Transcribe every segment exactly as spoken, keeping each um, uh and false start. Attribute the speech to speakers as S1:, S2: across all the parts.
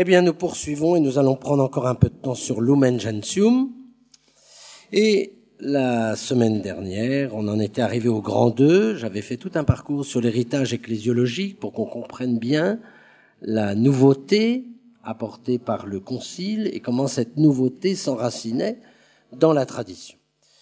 S1: Eh bien, nous poursuivons et nous allons prendre encore un peu de temps sur Lumen Gentium. Et la semaine dernière, on en était arrivé au grand deux. J'avais fait tout un parcours sur l'héritage ecclésiologique pour qu'on comprenne bien la nouveauté apportée par le Concile et comment cette nouveauté s'enracinait dans la tradition.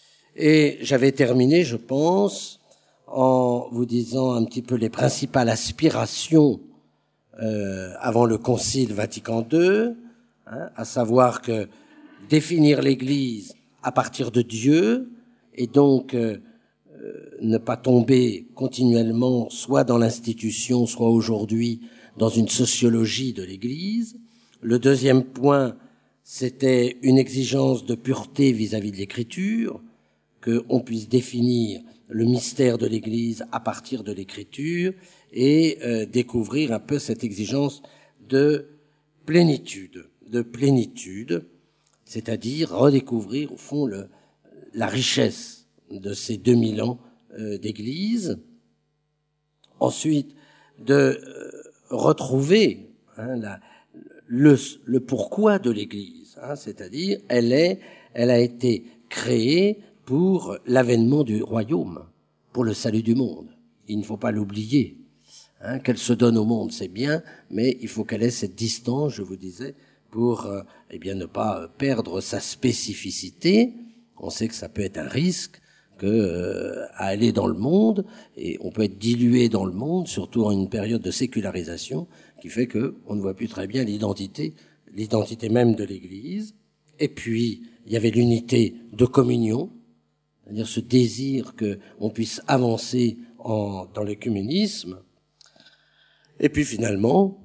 S1: Et j'avais terminé, je pense, en vous disant un petit peu les principales aspirations euh, avant le Concile Vatican deux, hein, à savoir que définir l'Église à partir de Dieu et donc euh, euh, ne pas tomber continuellement soit dans l'institution, soit aujourd'hui dans une sociologie de l'Église. Le deuxième point, c'était une exigence de pureté vis-à-vis de l'Écriture, qu'on puisse définir le mystère de l'Église à partir de l'Écriture et euh, découvrir un peu cette exigence de plénitude, de plénitude, c'est-à-dire redécouvrir au fond le, la richesse de ces deux mille ans euh, d'Église. Ensuite, de euh, retrouver hein, la, le, le pourquoi de l'Église, hein, c'est-à-dire elle est, elle a été créée pour l'avènement du royaume, pour le salut du monde. Il ne faut pas l'oublier. Hein, qu'elle se donne au monde, c'est bien, mais il faut qu'elle ait cette distance, je vous disais, pour euh, eh bien ne pas perdre sa spécificité. On sait que ça peut être un risque que euh, à aller dans le monde, et on peut être dilué dans le monde, surtout en une période de sécularisation, qui fait que on ne voit plus très bien l'identité, l'identité même de l'Église. Et puis il y avait l'unité de communion, c'est-à-dire ce désir que on puisse avancer en, dans l'œcuménisme. Et puis finalement,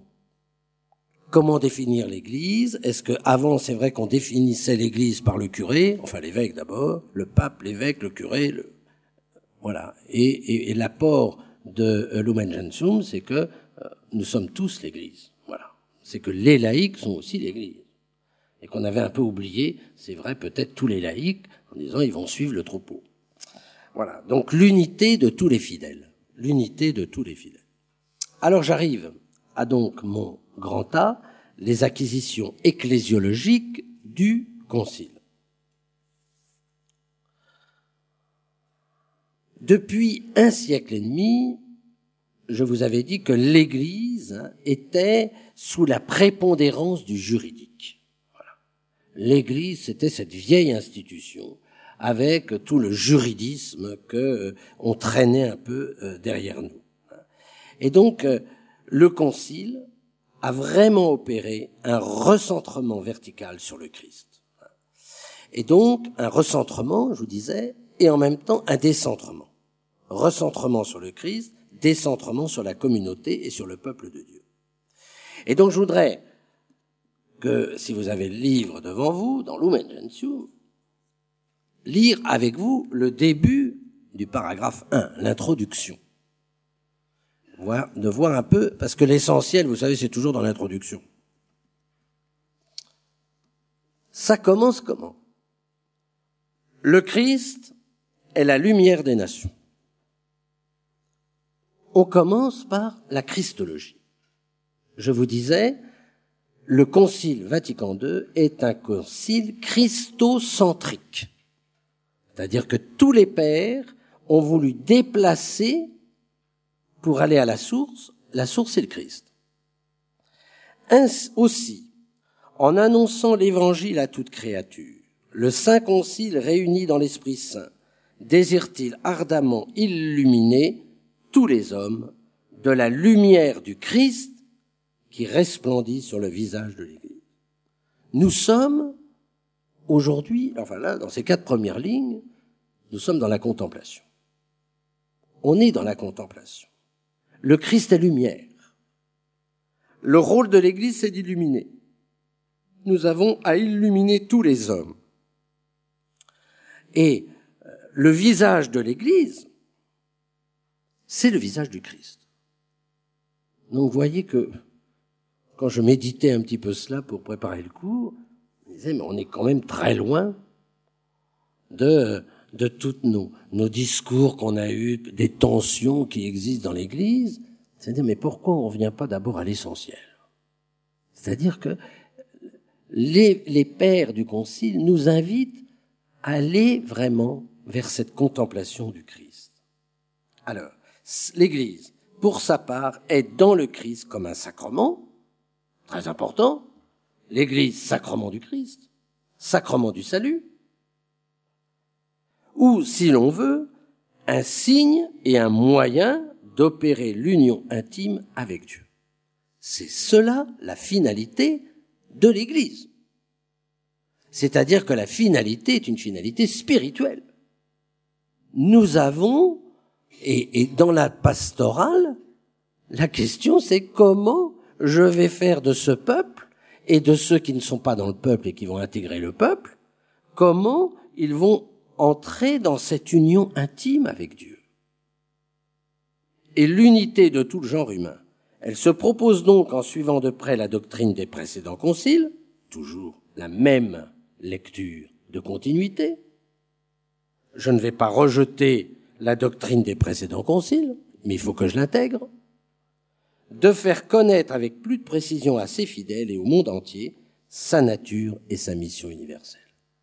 S1: comment définir l'Église? Est-ce que avant, c'est vrai qu'on définissait l'Église par le curé, enfin l'évêque d'abord, le pape, l'évêque, le curé, le... voilà. Et, et, et l'apport de euh, Lumen Gentium, c'est que euh, nous sommes tous l'Église. Voilà. C'est que les laïcs sont aussi l'Église. Et qu'on avait un peu oublié, c'est vrai, peut-être tous les laïcs, en disant ils vont suivre le troupeau. Voilà. Donc l'unité de tous les fidèles. L'unité de tous les fidèles. Alors j'arrive à donc mon grand A, les acquisitions ecclésiologiques du Concile. Depuis un siècle et demi, je vous avais dit que l'Église hein, était sous la prépondérance du juridique. Voilà. L'Église, c'était cette vieille institution avec tout le juridisme que euh, on traînait un peu euh, derrière nous. Et donc, euh, le Concile a vraiment opéré un recentrement vertical sur le Christ. Et donc, un recentrement, je vous disais, et en même temps un décentrement. Recentrement sur le Christ, décentrement sur la communauté et sur le peuple de Dieu. Et donc, je voudrais que, si vous avez le livre devant vous, dans Lumen Gentium, lire avec vous le début du paragraphe un, l'introduction. De voir un peu, parce que l'essentiel, vous savez, c'est toujours dans l'introduction. Ça commence comment? Le Christ est la lumière des nations. On commence par la Christologie. Je vous disais, le Concile Vatican deux est un concile christocentrique. C'est-à-dire que tous les pères ont voulu déplacer pour aller à la source, la source c'est le Christ. Ainsi, aussi, en annonçant l'évangile à toute créature, le Saint Concile réuni dans l'Esprit Saint désire-t-il ardemment illuminer tous les hommes de la lumière du Christ qui resplendit sur le visage de l'Église. Nous sommes aujourd'hui, enfin là, dans ces quatre premières lignes, nous sommes dans la contemplation. On est dans la contemplation. Le Christ est lumière. Le rôle de l'Église, c'est d'illuminer. Nous avons à illuminer tous les hommes. Et le visage de l'Église, c'est le visage du Christ. Donc vous voyez que quand je méditais un petit peu cela pour préparer le cours, je me disais, mais on est quand même très loin de... de tous nos, nos discours qu'on a eus, des tensions qui existent dans l'Église, c'est-à-dire, mais pourquoi on ne revient pas d'abord à l'essentiel? C'est-à-dire que les, les pères du Concile nous invitent à aller vraiment vers cette contemplation du Christ. Alors, l'Église, pour sa part, est dans le Christ comme un sacrement, très important. L'Église, sacrement du Christ, sacrement du salut, ou, si l'on veut, un signe et un moyen d'opérer l'union intime avec Dieu. C'est cela la finalité de l'Église. C'est-à-dire que la finalité est une finalité spirituelle. Nous avons, et, et dans la pastorale, la question c'est comment je vais faire de ce peuple et de ceux qui ne sont pas dans le peuple et qui vont intégrer le peuple, comment ils vont entrer dans cette union intime avec Dieu. Et l'unité de tout le genre humain, elle se propose donc en suivant de près la doctrine des précédents conciles, toujours la même lecture de continuité. Je ne vais pas rejeter la doctrine des précédents conciles, mais il faut que je l'intègre. De faire connaître avec plus de précision à ses fidèles et au monde entier sa nature et sa mission universelle.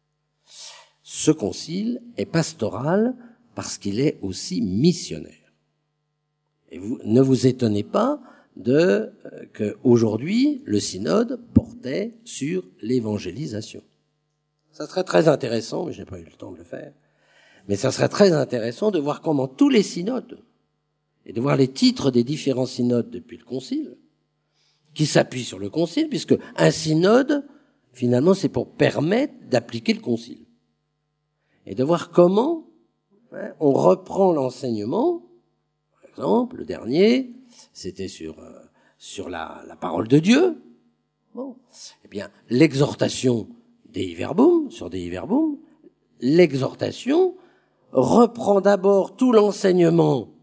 S1: Ce concile est pastoral parce qu'il est aussi missionnaire. Et vous ne vous étonnez pas de euh, qu'aujourd'hui le synode portait sur l'évangélisation. Ça serait très intéressant, mais je n'ai pas eu le temps de le faire, mais ça serait très intéressant de voir comment tous les synodes, et de voir les titres des différents synodes depuis le concile, qui s'appuient sur le concile, puisque un synode, finalement, c'est pour permettre d'appliquer le concile. Et de voir comment hein, on reprend l'enseignement. Par exemple, le dernier, c'était sur euh, sur la, la parole de Dieu. Bon, eh bien, l'exhortation Dei Verbum, sur Dei Verbum, l'exhortation reprend d'abord tout l'enseignement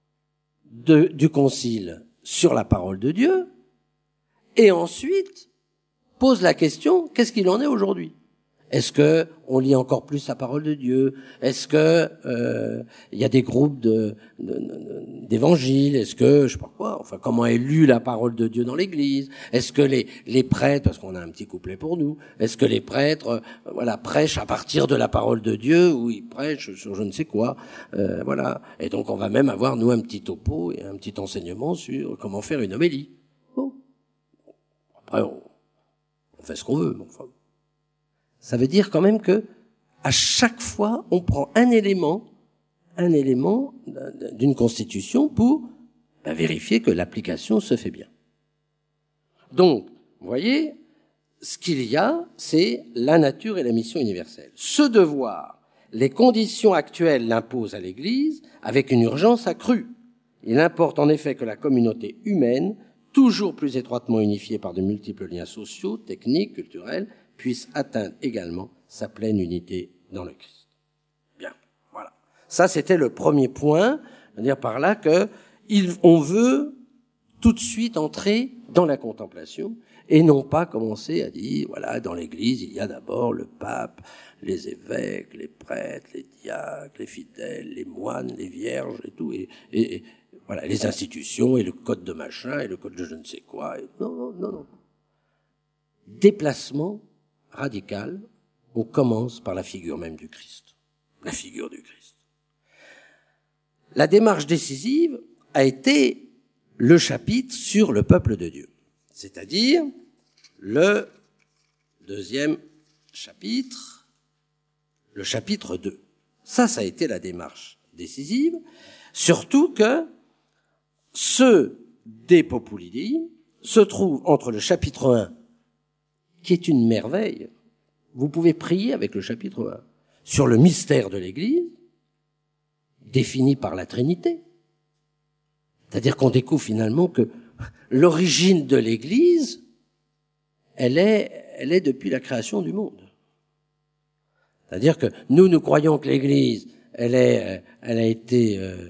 S1: de, du concile sur la parole de Dieu, et ensuite pose la question, qu'est-ce qu'il en est aujourd'hui ? Est-ce que on lit encore plus la parole de Dieu ? Est-ce que euh, il y a des groupes de, de, de d'évangiles ? Est-ce que je sais pas quoi ? Enfin, comment est lue la parole de Dieu dans l'Église ? Est-ce que les les prêtres, parce qu'on a un petit couplet pour nous, est-ce que les prêtres, euh, voilà, prêchent à partir de la parole de Dieu ou ils prêchent sur je ne sais quoi ? euh, Voilà. Et donc on va même avoir nous un petit topo et un petit enseignement sur comment faire une homélie. Bon. Après on, on fait ce qu'on veut. Enfin. Ça veut dire quand même que à chaque fois, on prend un élément, un élément d'une constitution pour ben, vérifier que l'application se fait bien. Donc, vous voyez, ce qu'il y a, c'est la nature et la mission universelle. Ce devoir, les conditions actuelles l'imposent à l'Église avec une urgence accrue. Il importe en effet que la communauté humaine, toujours plus étroitement unifiée par de multiples liens sociaux, techniques, culturels, puisse atteindre également sa pleine unité dans le Christ. Bien, voilà. Ça, c'était le premier point, c'est-à-dire par là que il, on veut tout de suite entrer dans la contemplation et non pas commencer à dire, voilà, dans l'Église, il y a d'abord le pape, les évêques, les prêtres, les diacres, les fidèles, les moines, les vierges et tout, et, et, et voilà, les institutions et le code de machin et le code de je ne sais quoi. Et, non, non, non, non. Déplacement radical, on commence par la figure même du Christ. La figure du Christ. La démarche décisive a été le chapitre sur le peuple de Dieu. C'est-à-dire le deuxième chapitre, le chapitre deux. Ça, ça a été la démarche décisive. Surtout que ce De Populi Dei se trouve entre le chapitre un qui est une merveille. Vous pouvez prier avec le chapitre un sur le mystère de l'Église, défini par la Trinité. C'est-à-dire qu'on découvre finalement que l'origine de l'Église, elle est, elle est depuis la création du monde. C'est-à-dire que nous, nous croyons que l'Église, elle est, elle a été euh,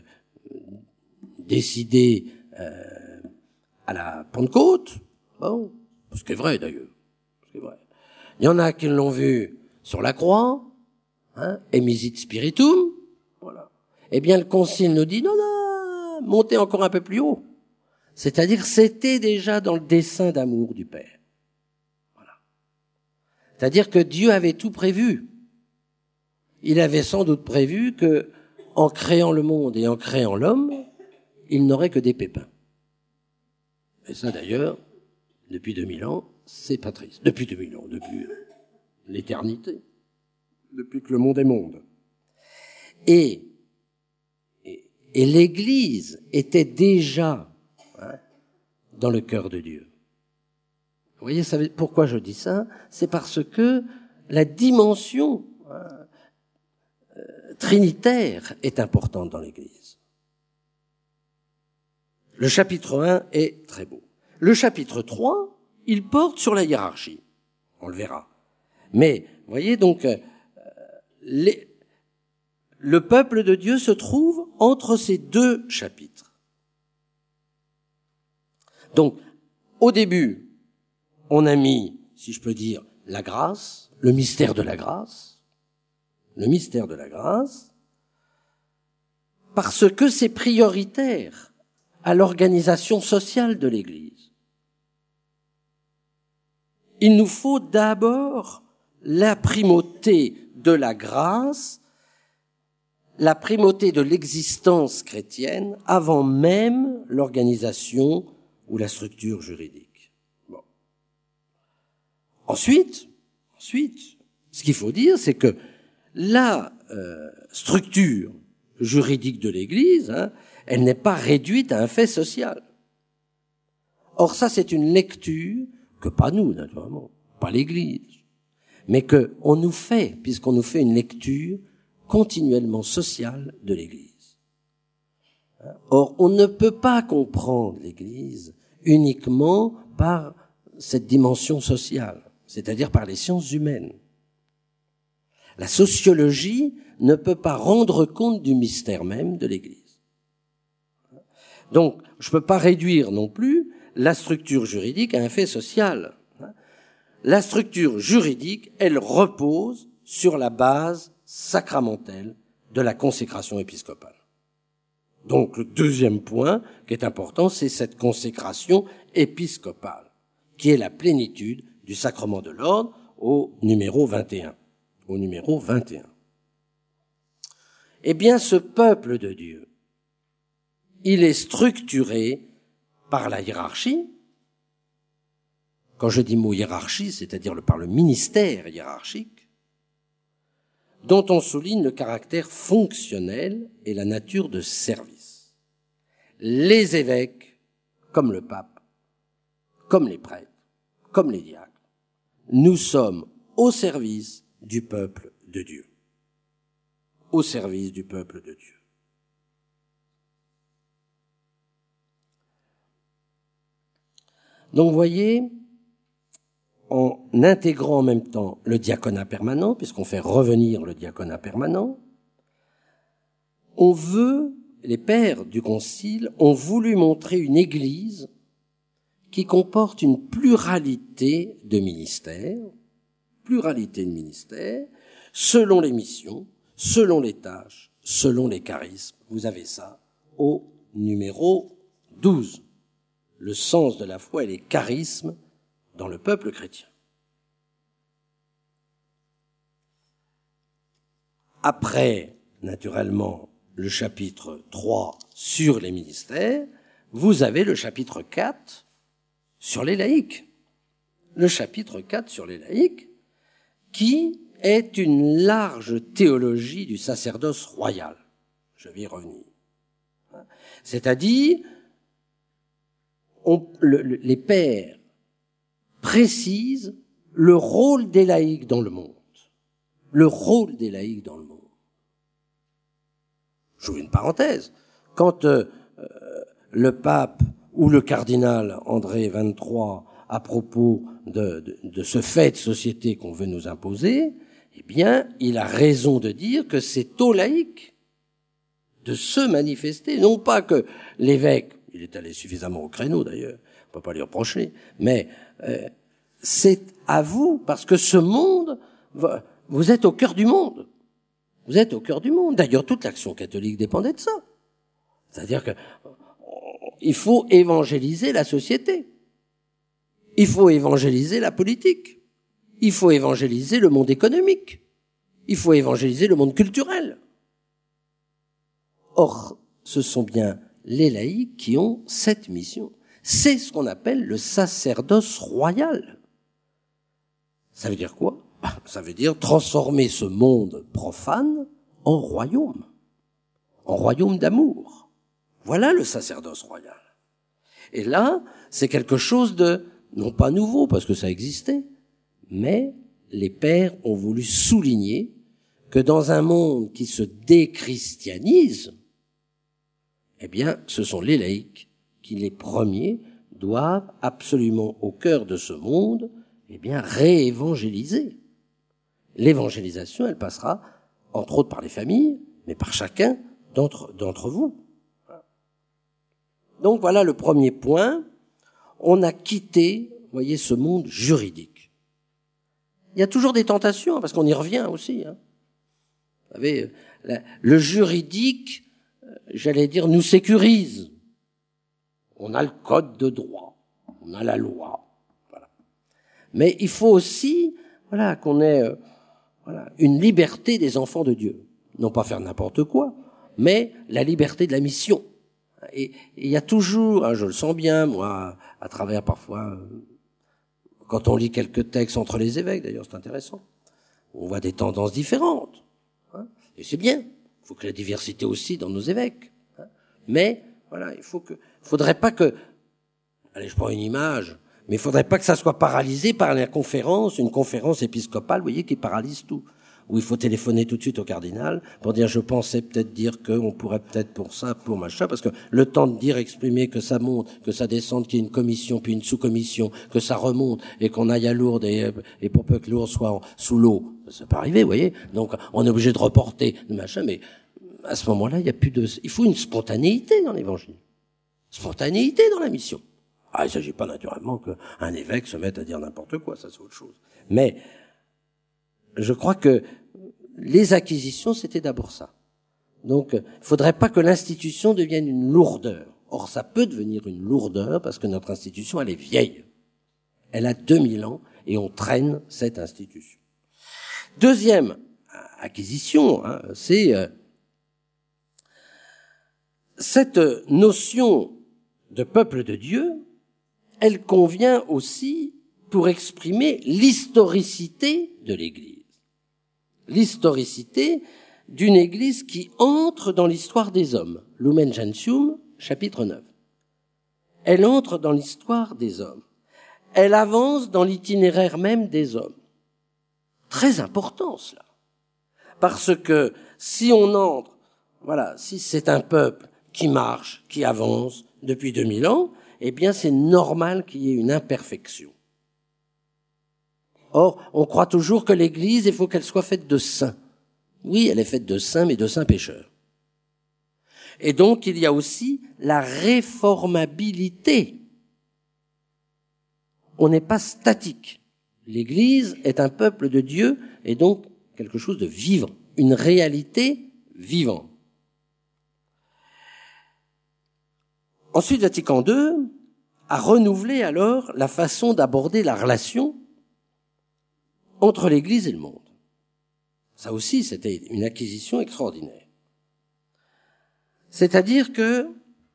S1: décidée euh, à la Pentecôte, bon, ce qui est vrai d'ailleurs. C'est vrai. Il y en a qui l'ont vu sur la croix, hein, emisit spiritum, voilà. Eh bien, le concile nous dit, non, non, montez encore un peu plus haut. C'est-à-dire, c'était déjà dans le dessein d'amour du Père. C'est-à-dire que Dieu avait tout prévu. Il avait sans doute prévu que, en créant le monde et en créant l'homme, il n'aurait que des pépins. Et ça, d'ailleurs, depuis deux mille ans, c'est pas triste. Depuis deux mille ans, depuis l'éternité. Depuis que le monde est monde. Et, et, et l'Église était déjà hein, dans le cœur de Dieu. Vous voyez, ça, pourquoi je dis ça? C'est parce que la dimension hein, euh, trinitaire est importante dans l'Église. Le chapitre un est très beau. Le chapitre trois, il porte sur la hiérarchie. On le verra. Mais, vous voyez, donc, euh, les, le peuple de Dieu se trouve entre ces deux chapitres. Donc, au début, on a mis, si je peux dire, la grâce, le mystère de la grâce, le mystère de la grâce, parce que c'est prioritaire à l'organisation sociale de l'Église. Il nous faut d'abord la primauté de la grâce, la primauté de l'existence chrétienne avant même l'organisation ou la structure juridique. Bon. Ensuite, ensuite, ce qu'il faut dire, c'est que la euh, structure juridique de l'Église, hein, elle n'est pas réduite à un fait social. Or, ça, c'est une lecture que pas nous, naturellement, pas l'Église, mais que on nous fait, puisqu'on nous fait une lecture continuellement sociale de l'Église. Or, on ne peut pas comprendre l'Église uniquement par cette dimension sociale, c'est-à-dire par les sciences humaines. La sociologie ne peut pas rendre compte du mystère même de l'Église. Donc, je ne peux pas réduire non plus la structure juridique à un fait social. La structure juridique, elle repose sur la base sacramentelle de la consécration épiscopale. Donc, le deuxième point qui est important, c'est cette consécration épiscopale, qui est la plénitude du sacrement de l'ordre au numéro vingt et un. Au numéro vingt et un. Eh bien, ce peuple de Dieu, il est structuré par la hiérarchie. Quand je dis mot hiérarchie, c'est-à-dire par le ministère hiérarchique, dont on souligne le caractère fonctionnel et la nature de service. Les évêques, comme le pape, comme les prêtres, comme les diacres, nous sommes au service du peuple de Dieu. Au service du peuple de Dieu. Donc, vous voyez, en intégrant en même temps le diaconat permanent, puisqu'on fait revenir le diaconat permanent, on veut, les pères du concile ont voulu montrer une église qui comporte une pluralité de ministères, pluralité de ministères, selon les missions, selon les tâches, selon les charismes. Vous avez ça au numéro douze. Le sens de la foi et les charismes dans le peuple chrétien. Après, naturellement, le chapitre trois sur les ministères, vous avez le chapitre quatre sur les laïcs. Le chapitre quatre sur les laïcs, qui est une large théologie du sacerdoce royal. Je vais y revenir. C'est-à-dire, on, le, le, les pères précisent le rôle des laïcs dans le monde. Le rôle des laïcs dans le monde. J'ouvre une parenthèse. Quand euh, le pape ou le cardinal André vingt-trois, à propos de, de, de ce fait de société qu'on veut nous imposer, eh bien, il a raison de dire que c'est aux laïcs de se manifester. Non pas que l'évêque, il est allé suffisamment au créneau d'ailleurs, on peut pas lui reprocher, mais euh, c'est à vous, parce que ce monde, vous êtes au cœur du monde. Vous êtes au cœur du monde. D'ailleurs, toute l'action catholique dépendait de ça. C'est-à-dire que il faut évangéliser la société. Il faut évangéliser la politique. Il faut évangéliser le monde économique. Il faut évangéliser le monde culturel. Or, ce sont bien les laïcs qui ont cette mission. C'est ce qu'on appelle le sacerdoce royal. Ça veut dire quoi? Ça veut dire transformer ce monde profane en royaume, en royaume d'amour. Voilà le sacerdoce royal. Et là, c'est quelque chose de, non pas nouveau, parce que ça existait, mais les pères ont voulu souligner que dans un monde qui se déchristianise, eh bien, ce sont les laïcs qui, les premiers, doivent absolument, au cœur de ce monde, eh bien, réévangéliser. L'évangélisation, elle passera, entre autres par les familles, mais par chacun d'entre, d'entre vous. Donc voilà le premier point. On a quitté, vous voyez, ce monde juridique. Il y a toujours des tentations, parce qu'on y revient aussi. Hein. Vous savez, le juridique, j'allais dire, nous sécurise. On a le code de droit, on a la loi. Voilà. Mais il faut aussi, voilà, qu'on ait euh, voilà, une liberté des enfants de Dieu. Non pas faire n'importe quoi, mais la liberté de la mission. Et il y a toujours, hein, je le sens bien, moi, à travers parfois, euh, quand on lit quelques textes entre les évêques, d'ailleurs c'est intéressant, on voit des tendances différentes. Hein, et c'est bien, il faut que la diversité aussi dans nos évêques. Hein, mais voilà, il faut que, faudrait pas que, allez, je prends une image, mais il faudrait pas que ça soit paralysé par la conférence, une conférence épiscopale, vous voyez, qui paralyse tout. Où il faut téléphoner tout de suite au cardinal pour dire je pensais peut-être dire qu'on pourrait peut-être pour ça, pour machin, parce que le temps de dire, exprimer que ça monte, que ça descende, qu'il y ait une commission, puis une sous-commission, que ça remonte, et qu'on aille à Lourdes, et, et pour peu que Lourdes soit en, sous l'eau, ça peut arriver, vous voyez. Donc on est obligé de reporter, de machin, mais à ce moment-là, il y a plus de, il faut une spontanéité dans l'évangile. Spontanéité dans la mission. Ah, il s'agit pas naturellement qu'un évêque se mette à dire n'importe quoi, ça c'est autre chose. Mais, je crois que les acquisitions, c'était d'abord ça. Donc, il faudrait pas que l'institution devienne une lourdeur. Or, ça peut devenir une lourdeur parce que notre institution, elle est vieille. Elle a deux mille ans et on traîne cette institution. Deuxième acquisition, hein, c'est euh, cette notion de peuple de Dieu, elle convient aussi pour exprimer l'historicité de l'Église. L'historicité d'une Église qui entre dans l'histoire des hommes. Lumen Gentium, chapitre neuf. Elle entre dans l'histoire des hommes. Elle avance dans l'itinéraire même des hommes. Très important cela. Parce que si on entre, voilà, si c'est un peuple qui marche, qui avance depuis deux mille ans, eh bien c'est normal qu'il y ait une imperfection. Or, on croit toujours que l'Église, il faut qu'elle soit faite de saints. Oui, elle est faite de saints, mais de saints pécheurs. Et donc, il y a aussi la réformabilité. On n'est pas statique. L'Église est un peuple de Dieu et donc quelque chose de vivant, une réalité vivante. Ensuite, Vatican deux a renouvelé alors la façon d'aborder la relation entre l'Église et le monde. Ça aussi, c'était une acquisition extraordinaire. C'est-à-dire que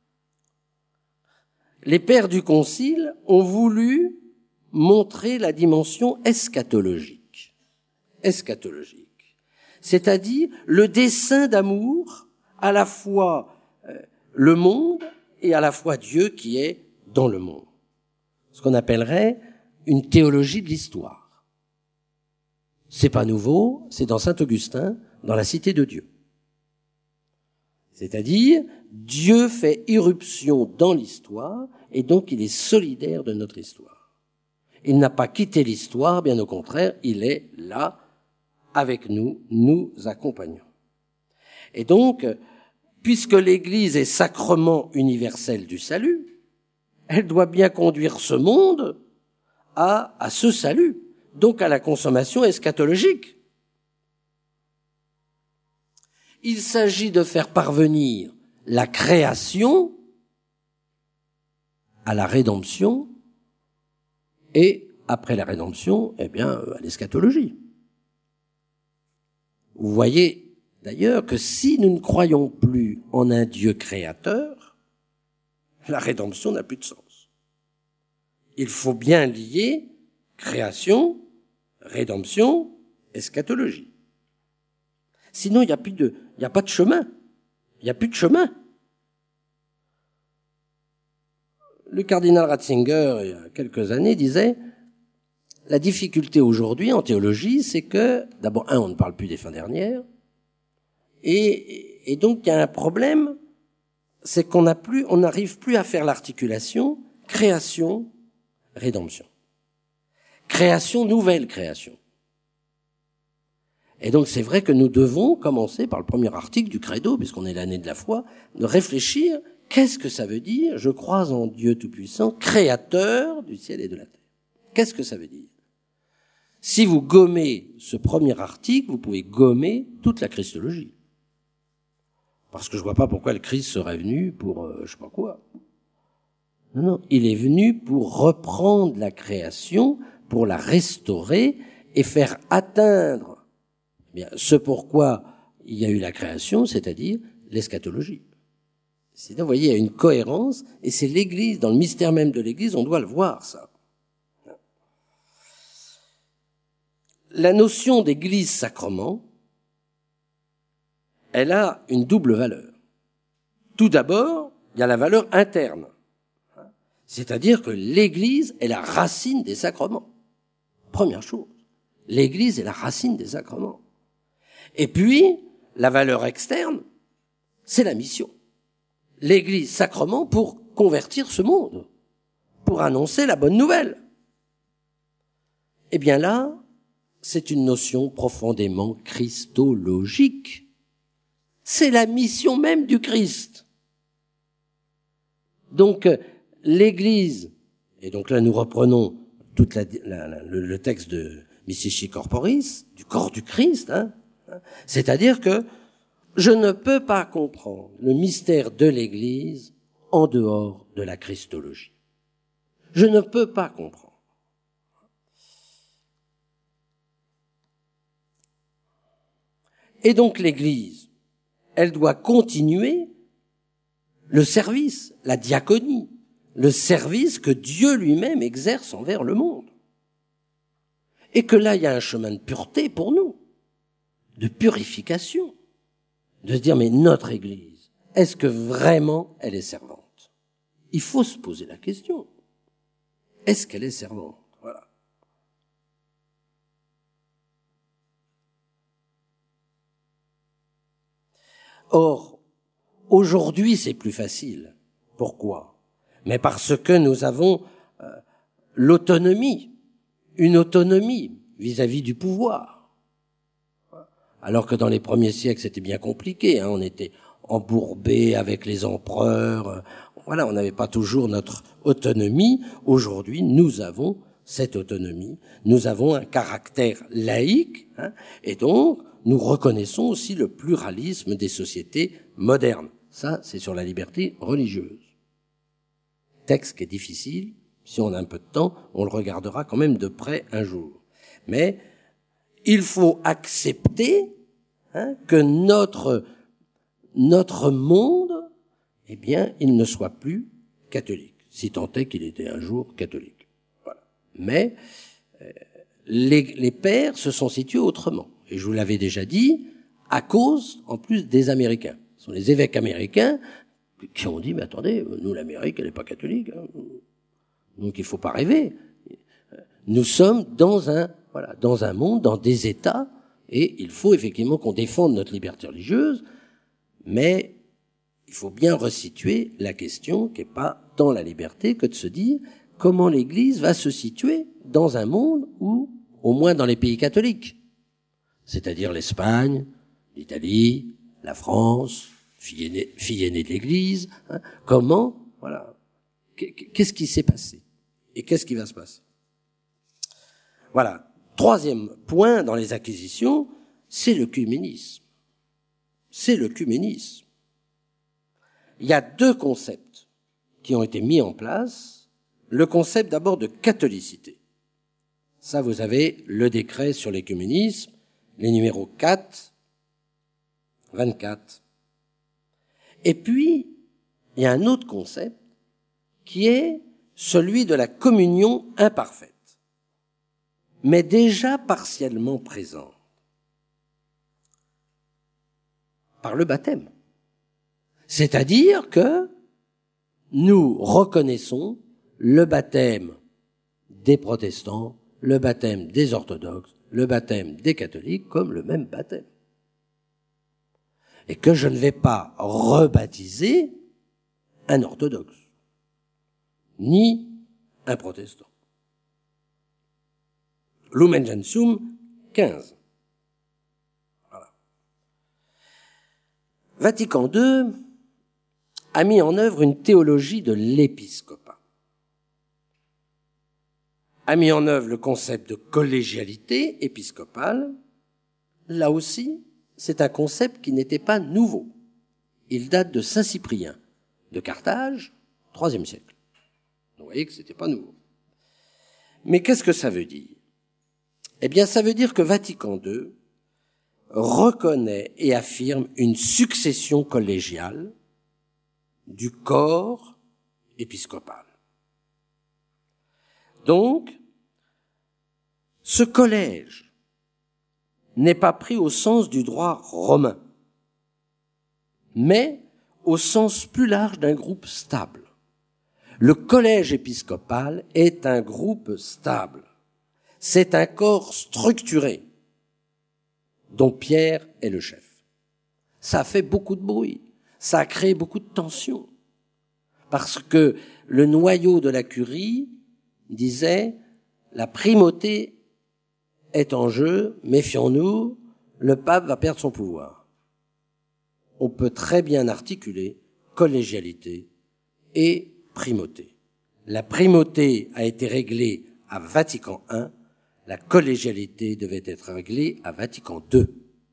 S1: les pères du Concile ont voulu montrer la dimension eschatologique. Eschatologique. C'est-à-dire le dessein d'amour, à la fois euh, le monde et à la fois Dieu qui est dans le monde. Ce qu'on appellerait une théologie de l'histoire. C'est pas nouveau, c'est dans Saint-Augustin, dans la Cité de Dieu. C'est-à-dire, Dieu fait irruption dans l'histoire, et donc il est solidaire de notre histoire. Il n'a pas quitté l'histoire, bien au contraire, il est là, avec nous, nous accompagnons. Et donc, puisque l'Église est sacrement universel du salut, elle doit bien conduire ce monde à, à ce salut. Donc à la consommation eschatologique. Il s'agit de faire parvenir la création à la rédemption et après la rédemption, eh bien, à l'eschatologie. Vous voyez d'ailleurs que si nous ne croyons plus en un Dieu créateur, la rédemption n'a plus de sens. Il faut bien lier création, rédemption, eschatologie. Sinon, il n'y a plus de, il n'y a pas de chemin. Il n'y a plus de chemin. Le cardinal Ratzinger, il y a quelques années, disait « La difficulté aujourd'hui en théologie, c'est que, d'abord, un, on ne parle plus des fins dernières, et, et donc il y a un problème, c'est qu'on n'a plus, on n'arrive plus à faire l'articulation création, rédemption. Création, nouvelle création. Et donc c'est vrai que nous devons commencer par le premier article du Credo, puisqu'on est l'année de la foi, de réfléchir, qu'est-ce que ça veut dire ? Je crois en Dieu Tout-Puissant, créateur du ciel et de la terre. Qu'est-ce que ça veut dire ? Si vous gommez ce premier article, vous pouvez gommer toute la christologie. Parce que je vois pas pourquoi le Christ serait venu pour euh, je sais pas quoi. Non, non, il est venu pour reprendre la création, pour la restaurer et faire atteindre eh bien, ce pourquoi il y a eu la création, c'est-à-dire l'eschatologie. C'est-à-dire, vous voyez, il y a une cohérence, et c'est l'Église, dans le mystère même de l'Église, on doit le voir, ça. La notion d'Église-sacrement, elle a une double valeur. Tout d'abord, il y a la valeur interne. C'est-à-dire que l'Église est la racine des sacrements. Première chose. L'Église est la racine des sacrements. Et puis, la valeur externe, c'est la mission. L'Église sacrement pour convertir ce monde, pour annoncer la bonne nouvelle. Eh bien là, c'est une notion profondément christologique. C'est la mission même du Christ. Donc, l'Église, et donc là nous reprenons toute la, la, la, le, le texte de Mystici Corporis, du corps du Christ, hein, hein, c'est-à-dire que je ne peux pas comprendre le mystère de l'Église en dehors de la christologie. Je ne peux pas comprendre. Et donc l'Église, elle doit continuer le service, la diaconie, le service que Dieu lui-même exerce envers le monde. Et que là, il y a un chemin de pureté pour nous, de purification. De se dire, mais notre Église, est-ce que vraiment elle est servante ? Il faut se poser la question. Est-ce qu'elle est servante ? Voilà. Or, aujourd'hui, c'est plus facile. Pourquoi ? Mais parce que nous avons euh, l'autonomie, une autonomie vis-à-vis du pouvoir. Alors que dans les premiers siècles, c'était bien compliqué, hein, on était embourbé avec les empereurs, voilà, on n'avait pas toujours notre autonomie. Aujourd'hui, nous avons cette autonomie, nous avons un caractère laïque, hein, et donc nous reconnaissons aussi le pluralisme des sociétés modernes. Ça, c'est sur la liberté religieuse. Texte qui est difficile, si on a un peu de temps, on le regardera quand même de près un jour. Mais il faut accepter hein, que notre notre monde, eh bien, il ne soit plus catholique, si tant est qu'il était un jour catholique. Voilà. Mais euh, les, les pères se sont situés autrement. Et je vous l'avais déjà dit, à cause, en plus, des Américains. Ce sont les évêques américains qui ont dit, mais attendez, nous, l'Amérique, elle n'est pas catholique. Hein. Donc, il faut pas rêver. Nous sommes dans un, voilà, dans un monde, dans des États, et il faut effectivement qu'on défende notre liberté religieuse, mais il faut bien resituer la question qui n'est pas tant la liberté que de se dire comment l'Église va se situer dans un monde où, au moins dans les pays catholiques, c'est-à-dire l'Espagne, l'Italie, la France, fille aînée, fille aînée de l'Église, hein, comment, voilà, qu'est-ce qui s'est passé et qu'est-ce qui va se passer. Voilà. Troisième point dans les acquisitions, c'est l'œcuménisme. C'est l'œcuménisme. Il y a deux concepts qui ont été mis en place. Le concept d'abord de catholicité. Ça, vous avez le décret sur l'écuménisme, les numéros quatre, vingt-quatre. Et puis, il y a un autre concept qui est celui de la communion imparfaite, mais déjà partiellement présente, par le baptême. C'est-à-dire que nous reconnaissons le baptême des protestants, le baptême des orthodoxes, le baptême des catholiques comme le même baptême. Et que je ne vais pas rebaptiser un orthodoxe, ni un protestant. Lumen Gentium quinze. Voilà. Vatican deux a mis en œuvre une théologie de l'épiscopat, a mis en œuvre le concept de collégialité épiscopale. Là aussi, c'est un concept qui n'était pas nouveau. Il date de Saint Cyprien, de Carthage, troisième siècle. Vous voyez que c'était pas nouveau. Mais qu'est-ce que ça veut dire? Eh bien, ça veut dire que Vatican deux reconnaît et affirme une succession collégiale du corps épiscopal. Donc, ce collège n'est pas pris au sens du droit romain, mais au sens plus large d'un groupe stable. Le collège épiscopal est un groupe stable. C'est un corps structuré dont Pierre est le chef. Ça a fait beaucoup de bruit, ça a créé beaucoup de tensions, parce que le noyau de la curie disait « la primauté est en jeu, méfions-nous, le pape va perdre son pouvoir ». On peut très bien articuler collégialité et primauté. La primauté a été réglée à Vatican un, la collégialité devait être réglée à Vatican deux.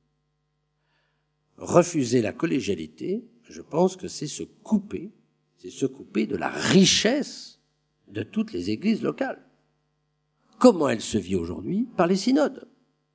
S1: Refuser la collégialité, je pense que c'est se couper, c'est se couper de la richesse de toutes les églises locales. Comment elle se vit aujourd'hui? Par les synodes.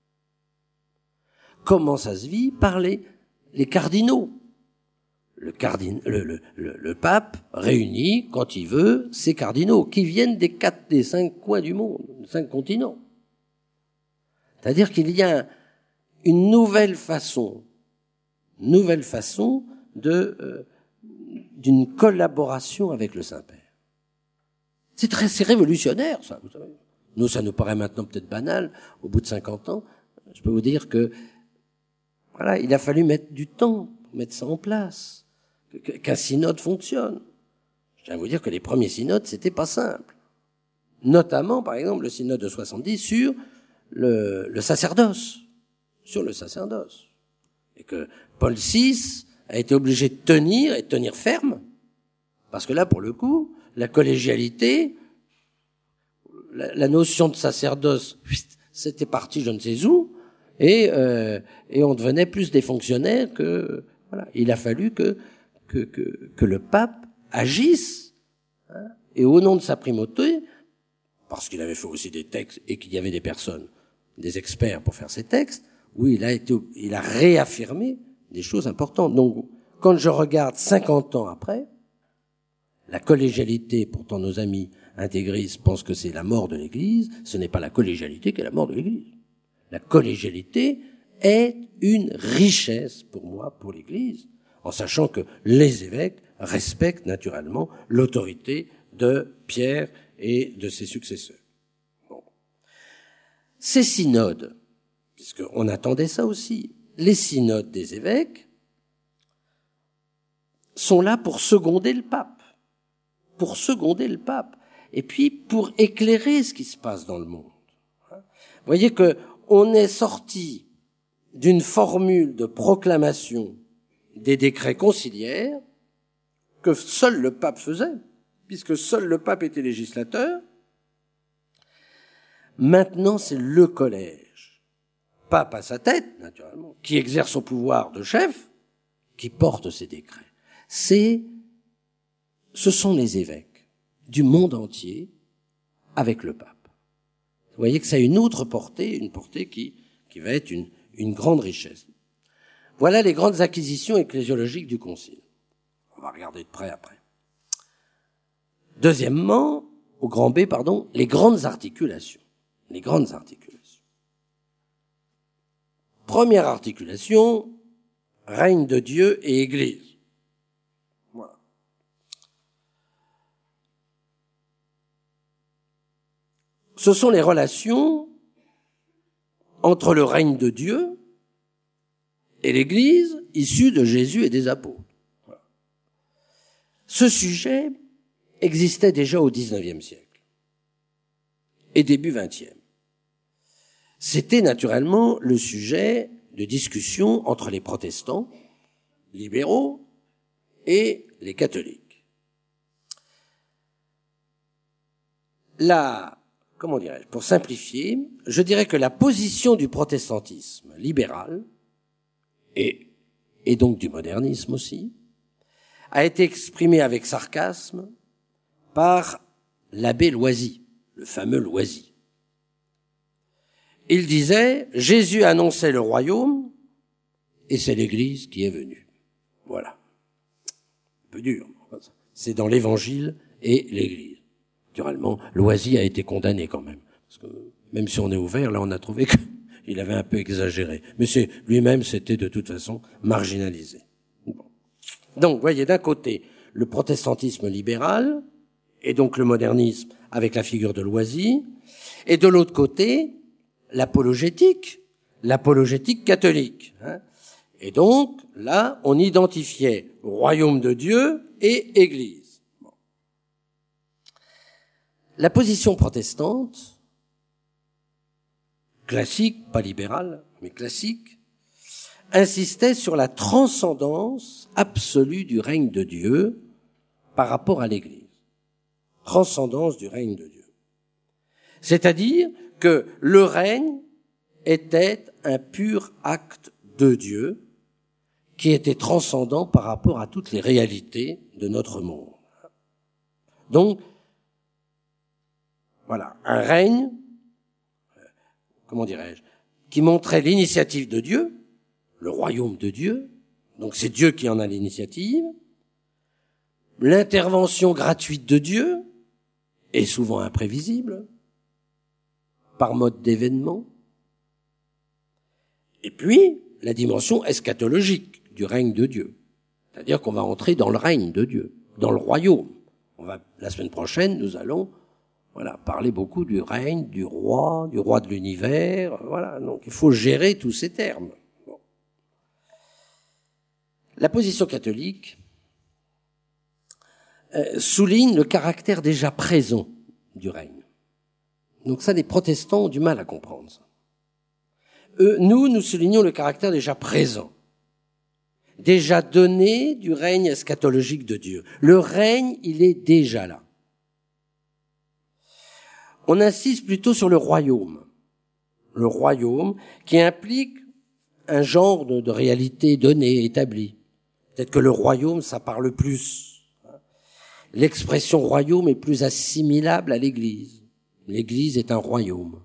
S1: Comment ça se vit? Par les, les cardinaux. Le, cardin, le, le, le, le pape réunit, quand il veut, ses cardinaux, qui viennent des quatre, des cinq coins du monde, des cinq continents. C'est-à-dire qu'il y a une nouvelle façon, nouvelle façon de, euh, d'une collaboration avec le Saint-Père. C'est très, c'est révolutionnaire, ça, vous savez. Nous, ça nous paraît maintenant peut-être banal, au bout de cinquante ans. Je peux vous dire que, voilà, il a fallu mettre du temps pour mettre ça en place, qu'un synode fonctionne. Je tiens à vous dire que les premiers synodes, c'était pas simple. Notamment, par exemple, le synode de soixante-dix sur le, le sacerdoce, sur le sacerdoce. Et que Paul six a été obligé de tenir et de tenir ferme, parce que là, pour le coup, la collégialité, la, la notion de sacerdoce, c'était parti je ne sais où, et, euh, et on devenait plus des fonctionnaires que... Voilà. Il a fallu que, que, que, que le pape agisse, hein, et au nom de sa primauté, parce qu'il avait fait aussi des textes et qu'il y avait des personnes, des experts pour faire ces textes, où il a été, il a réaffirmé des choses importantes. Donc, quand je regarde cinquante ans après, la collégialité, pourtant nos amis intégristes pensent que c'est la mort de l'Église, ce n'est pas la collégialité qui est la mort de l'Église. La collégialité est une richesse pour moi, pour l'Église, en sachant que les évêques respectent naturellement l'autorité de Pierre et de ses successeurs. Bon. Ces synodes, puisqu'on attendait ça aussi, les synodes des évêques sont là pour seconder le pape, pour seconder le pape, et puis pour éclairer ce qui se passe dans le monde. Vous voyez que on est sorti d'une formule de proclamation des décrets conciliaires que seul le pape faisait, puisque seul le pape était législateur. Maintenant, c'est le collège, pape à sa tête, naturellement, qui exerce son pouvoir de chef, qui porte ces décrets. C'est, ce sont les évêques du monde entier avec le pape. Vous voyez que ça a une autre portée, une portée qui, qui va être une, une grande richesse. Voilà les grandes acquisitions ecclésiologiques du Concile. On va regarder de près après. Deuxièmement, au grand B, pardon, les grandes articulations. Les grandes articulations. Première articulation, règne de Dieu et Église. Voilà. Ce sont les relations entre le règne de Dieu et l'Église issue de Jésus et des apôtres. Voilà. Ce sujet existait déjà au dix-neuvième siècle et début vingtième. C'était naturellement le sujet de discussion entre les protestants, libéraux et les catholiques. La, comment dirais-je, pour simplifier, je dirais que la position du protestantisme libéral et, et donc du modernisme aussi, a été exprimée avec sarcasme par l'abbé Loisy, le fameux Loisy. Il disait, Jésus annonçait le royaume et c'est l'Église qui est venue. Voilà. Un peu dur. C'est dans l'Évangile et l'Église. Naturellement, Loisy a été condamné quand même. Parce que même si on est ouvert, là on a trouvé qu'il avait un peu exagéré. Mais c'est, lui-même c'était de toute façon marginalisé. Bon. Donc, vous voyez, d'un côté, le protestantisme libéral, et donc le modernisme avec la figure de Loisy, et de l'autre côté, l'apologétique, l'apologétique catholique. Hein. Et donc, là, on identifiait royaume de Dieu et Église. Bon. La position protestante, classique, pas libérale, mais classique, insistait sur la transcendance absolue du règne de Dieu par rapport à l'Église. Transcendance du règne de Dieu. C'est-à-dire que le règne était un pur acte de Dieu qui était transcendant par rapport à toutes les réalités de notre monde. Donc, voilà, un règne, comment dirais-je, qui montrait l'initiative de Dieu, le royaume de Dieu, donc c'est Dieu qui en a l'initiative, l'intervention gratuite de Dieu, et souvent imprévisible, par mode d'événement, et puis la dimension eschatologique du règne de Dieu, c'est-à-dire qu'on va entrer dans le règne de Dieu, dans le royaume. On va, la semaine prochaine, nous allons voilà, parler beaucoup du règne, du roi, du roi de l'univers, voilà, donc il faut gérer tous ces termes. Bon. La position catholique euh, souligne le caractère déjà présent du règne. Donc ça, les protestants ont du mal à comprendre ça. Eux, nous, nous soulignons le caractère déjà présent, déjà donné du règne eschatologique de Dieu. Le règne, il est déjà là. On insiste plutôt sur le royaume. Le royaume qui implique un genre de, de réalité donnée, établie. Peut-être que le royaume, ça parle plus. L'expression royaume est plus assimilable à l'Église. L'Église est un royaume.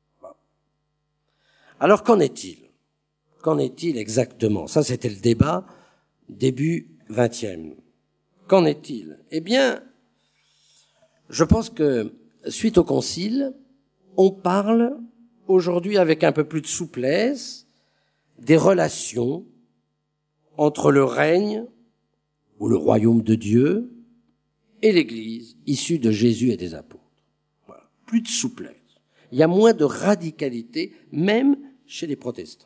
S1: Alors qu'en est-il ? Qu'en est-il exactement ? Ça, c'était le débat début vingtième. Qu'en est-il ? Eh bien, je pense que suite au Concile, on parle aujourd'hui avec un peu plus de souplesse des relations entre le règne ou le royaume de Dieu et l'Église issue de Jésus et des apôtres. Voilà. Plus de souplesse. Il y a moins de radicalité, même chez les protestants.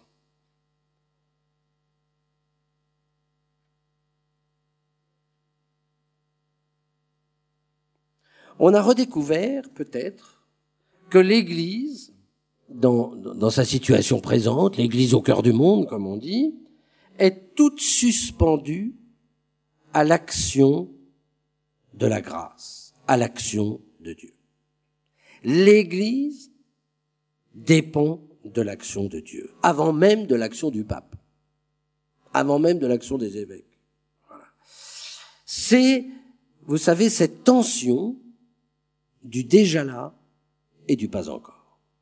S1: On a redécouvert, peut-être, que l'Église, dans, dans sa situation présente, l'Église au cœur du monde, comme on dit, est toute suspendue à l'action de la grâce, à l'action de Dieu. L'Église dépend de l'action de Dieu, avant même de l'action du pape, avant même de l'action des évêques. Voilà. C'est, vous savez, cette tension du déjà là et du pas encore.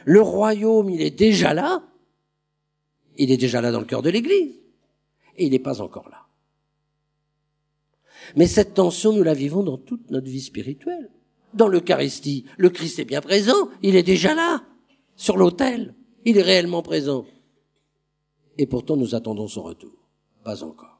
S1: Le royaume, il est déjà là. Il est déjà là dans le cœur de l'Église. Et il n'est pas encore là. Mais cette tension, nous la vivons dans toute notre vie spirituelle. Dans l'Eucharistie, le Christ est bien présent. Il est déjà là, sur l'autel. Il est réellement présent. Et pourtant, nous attendons son retour. Pas encore.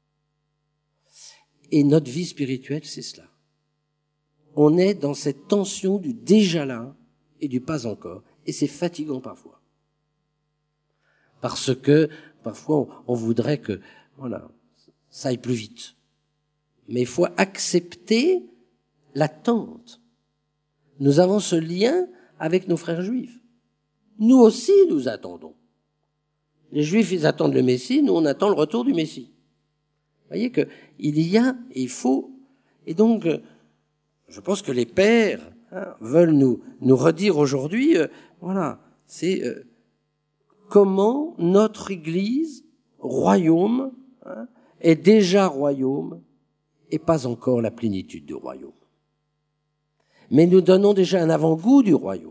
S1: Et notre vie spirituelle, c'est cela. On est dans cette tension du déjà là et du pas encore. Et c'est fatigant parfois. Parce que, parfois, on voudrait que, voilà, ça aille plus vite. Mais il faut accepter l'attente. Nous avons ce lien avec nos frères juifs. Nous aussi, nous attendons. Les Juifs, ils attendent le Messie, nous, on attend le retour du Messie. Vous voyez que il y a, et il faut, et donc, je pense que les pères hein, veulent nous nous redire aujourd'hui, euh, voilà, c'est euh, comment notre Église, royaume, hein, est déjà royaume et pas encore la plénitude du royaume. Mais nous donnons déjà un avant-goût du royaume.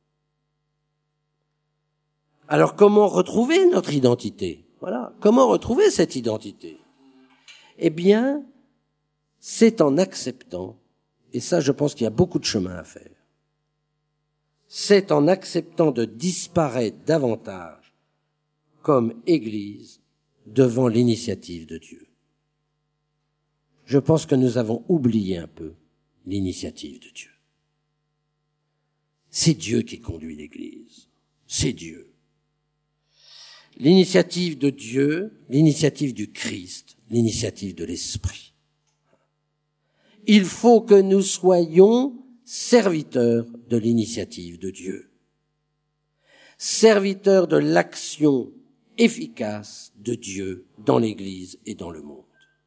S1: Alors comment retrouver notre identité? Voilà, comment retrouver cette identité? Eh bien, c'est en acceptant, et ça je pense qu'il y a beaucoup de chemin à faire, c'est en acceptant de disparaître davantage comme Église devant l'initiative de Dieu. Je pense que nous avons oublié un peu l'initiative de Dieu. C'est Dieu qui conduit l'Église. C'est Dieu. L'initiative de Dieu, l'initiative du Christ, l'initiative de l'Esprit. Il faut que nous soyons serviteurs de l'initiative de Dieu. Serviteurs de l'action efficace de Dieu dans l'Église et dans le monde.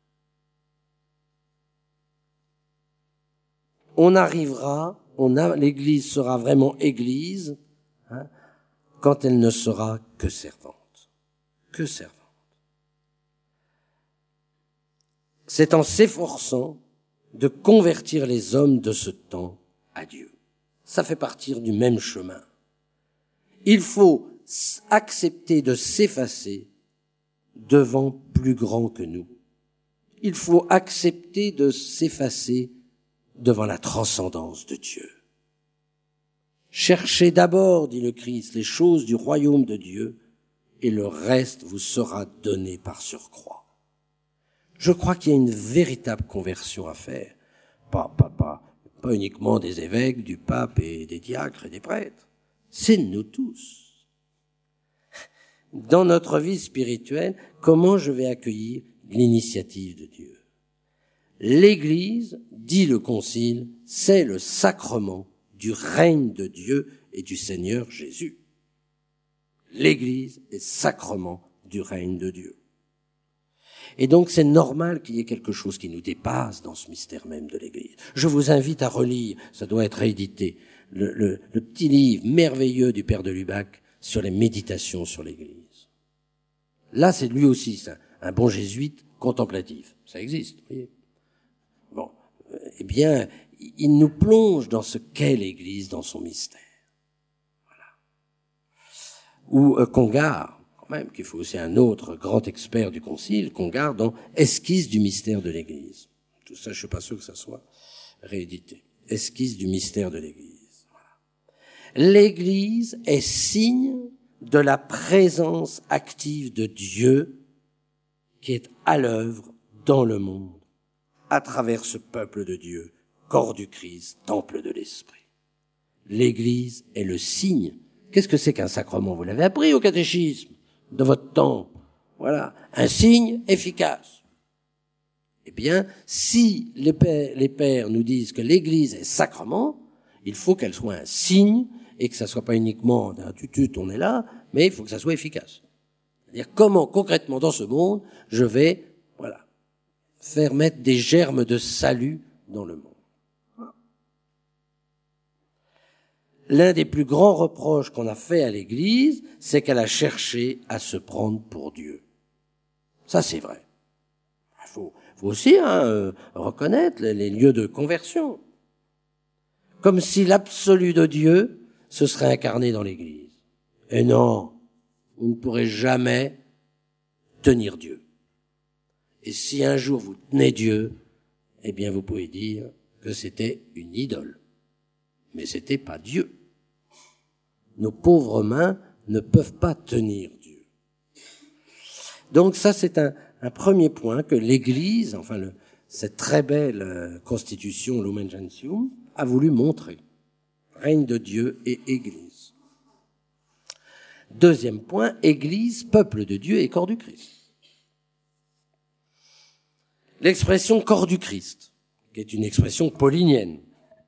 S1: On arrivera, on a, l'Église sera vraiment Église hein, quand elle ne sera que servante. Que servante. C'est en s'efforçant de convertir les hommes de ce temps à Dieu. Ça fait partir du même chemin. Il faut accepter de s'effacer devant plus grand que nous. Il faut accepter de s'effacer devant la transcendance de Dieu. Cherchez d'abord, dit le Christ, les choses du royaume de Dieu, et le reste vous sera donné par surcroît. Je crois qu'il y a une véritable conversion à faire. Pas, pas, pas, pas uniquement des évêques, du pape et des diacres et des prêtres. C'est nous tous. Dans notre vie spirituelle, comment je vais accueillir l'initiative de Dieu? L'Église, dit le Concile, c'est le sacrement du règne de Dieu et du Seigneur Jésus. L'Église est sacrement du règne de Dieu. Et donc c'est normal qu'il y ait quelque chose qui nous dépasse dans ce mystère même de l'Église. Je vous invite à relire, ça doit être réédité, le, le, le petit livre merveilleux du Père de Lubac sur les méditations sur l'Église. Là, c'est lui aussi ça, un bon jésuite contemplatif. Ça existe, vous voyez. Bon, eh bien, il nous plonge dans ce qu'est l'Église, dans son mystère. Ou euh, Congar, quand même, qu'il faut aussi un autre grand expert du Concile, Congar, dans Esquisse du mystère de l'Église. Tout ça, je suis pas sûr que ça soit réédité. Esquisse du mystère de l'Église. Voilà. L'Église est signe de la présence active de Dieu qui est à l'œuvre dans le monde, à travers ce peuple de Dieu, corps du Christ, temple de l'Esprit. L'Église est le signe. Qu'est-ce que c'est qu'un sacrement? Vous l'avez appris au catéchisme de votre temps. Voilà, un signe efficace. Eh bien, si les pères, les pères nous disent que l'Église est sacrement, il faut qu'elle soit un signe et que ça soit pas uniquement d'un tutut, on est là, mais il faut que ça soit efficace. C'est-à-dire comment concrètement dans ce monde je vais, voilà, faire mettre des germes de salut dans le monde. L'un des plus grands reproches qu'on a fait à l'Église, c'est qu'elle a cherché à se prendre pour Dieu. Ça, c'est vrai. Il faut, faut aussi hein, euh, reconnaître les, les lieux de conversion. Comme si l'absolu de Dieu se serait incarné dans l'Église. Et non, vous ne pourrez jamais tenir Dieu. Et si un jour vous tenez Dieu, eh bien vous pouvez dire que c'était une idole. Mais c'était pas Dieu. Nos pauvres mains ne peuvent pas tenir Dieu. Donc ça, c'est un, un premier point que l'Église, enfin le, cette très belle euh, constitution Lumen Gentium, a voulu montrer. Règne de Dieu et Église. Deuxième point, Église, peuple de Dieu et corps du Christ. L'expression corps du Christ, qui est une expression paulinienne,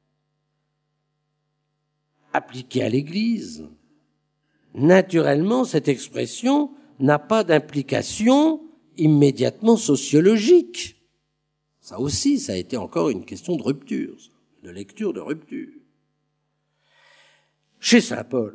S1: appliquée à l'Église, naturellement, cette expression n'a pas d'implication immédiatement sociologique. Ça aussi, ça a été encore une question de rupture, de lecture de rupture. Chez saint Paul,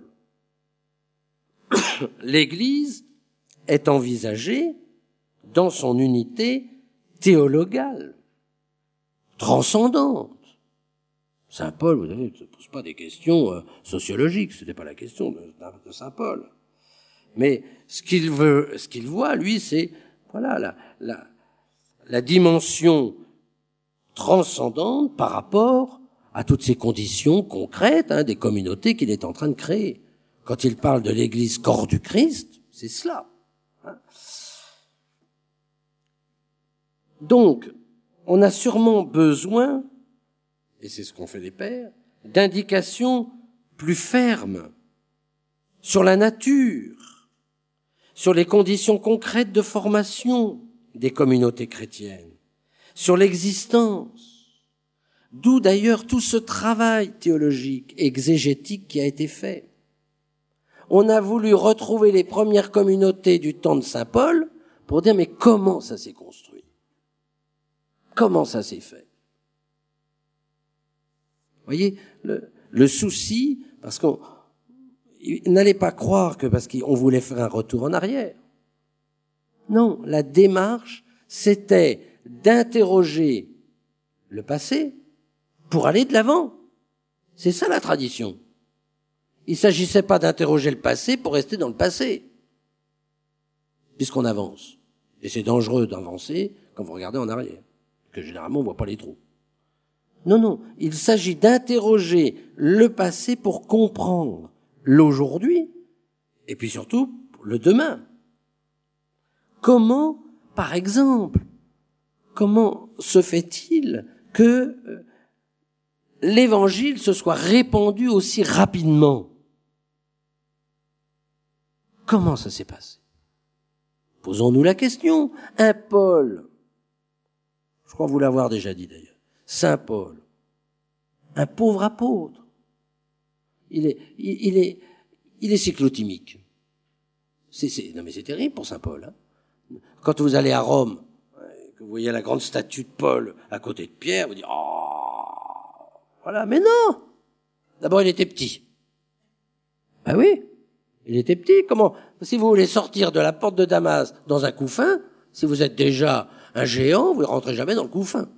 S1: l'Église est envisagée dans son unité théologale, transcendante. Saint Paul, vous savez, ne se pose pas des questions euh, sociologiques, ce n'était pas la question de, de saint Paul. Mais ce qu'il veut, ce qu'il voit, lui, c'est voilà la, la, la dimension transcendante par rapport à toutes ces conditions concrètes hein, des communautés qu'il est en train de créer. Quand il parle de l'Église corps du Christ, c'est cela. Hein. Donc, on a sûrement besoin, et c'est ce qu'ont fait les pères, d'indications plus fermes sur la nature, sur les conditions concrètes de formation des communautés chrétiennes, sur l'existence. D'où d'ailleurs tout ce travail théologique, exégétique qui a été fait. On a voulu retrouver les premières communautés du temps de saint Paul pour dire mais comment ça s'est construit? Comment ça s'est fait? Vous voyez, le, le souci, parce qu'on n'allait pas croire que parce qu'on voulait faire un retour en arrière. Non, la démarche, c'était d'interroger le passé pour aller de l'avant. C'est ça la tradition. Il ne s'agissait pas d'interroger le passé pour rester dans le passé, puisqu'on avance. Et c'est dangereux d'avancer quand vous regardez en arrière, que généralement on ne voit pas les trous. Non, non, il s'agit d'interroger le passé pour comprendre l'aujourd'hui, et puis surtout le demain. Comment, par exemple, comment se fait-il que l'Évangile se soit répandu aussi rapidement? Comment ça s'est passé? Posons-nous la question. Un Paul, je crois vous l'avoir déjà dit d'ailleurs, saint Paul, un pauvre apôtre, il est, il, il est, il est cyclotimique. C'est, c'est, non mais c'est terrible pour saint Paul. Hein. Quand vous allez à Rome, que vous voyez la grande statue de Paul à côté de Pierre, vous dites oh, voilà, mais non. D'abord, il était petit. Ben oui, il était petit. Comment? Si vous voulez sortir de la porte de Damas dans un couffin, si vous êtes déjà un géant, vous ne rentrez jamais dans le couffin.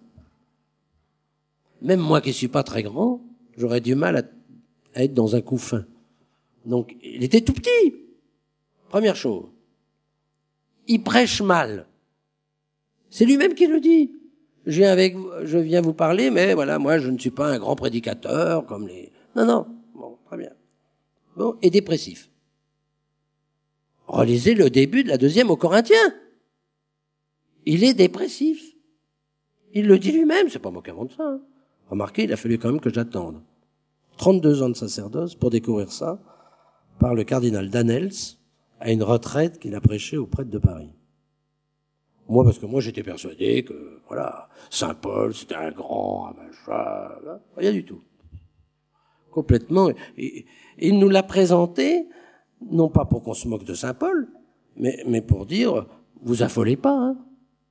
S1: Même moi qui suis pas très grand, j'aurais du mal à, à être dans un couffin. Donc, il était tout petit. Première chose. Il prêche mal. C'est lui-même qui le dit. Je viens avec, je viens vous parler, mais voilà, moi, je ne suis pas un grand prédicateur comme les... Non, non. Bon, très bien. Bon, et dépressif. Relisez le début de la deuxième aux Corinthiens. Il est dépressif. Il le dit lui-même, c'est pas moi qui invente ça. Hein. Remarquez, il a fallu quand même que j'attende trente-deux ans de sacerdoce pour découvrir ça par le cardinal Danels à une retraite qu'il a prêchée aux prêtres de Paris. Moi, parce que moi, j'étais persuadé que, voilà, saint Paul, c'était un grand, un machin, rien du tout. Complètement. Et, et il nous l'a présenté, non pas pour qu'on se moque de saint Paul, mais, mais pour dire, vous affolez pas, hein.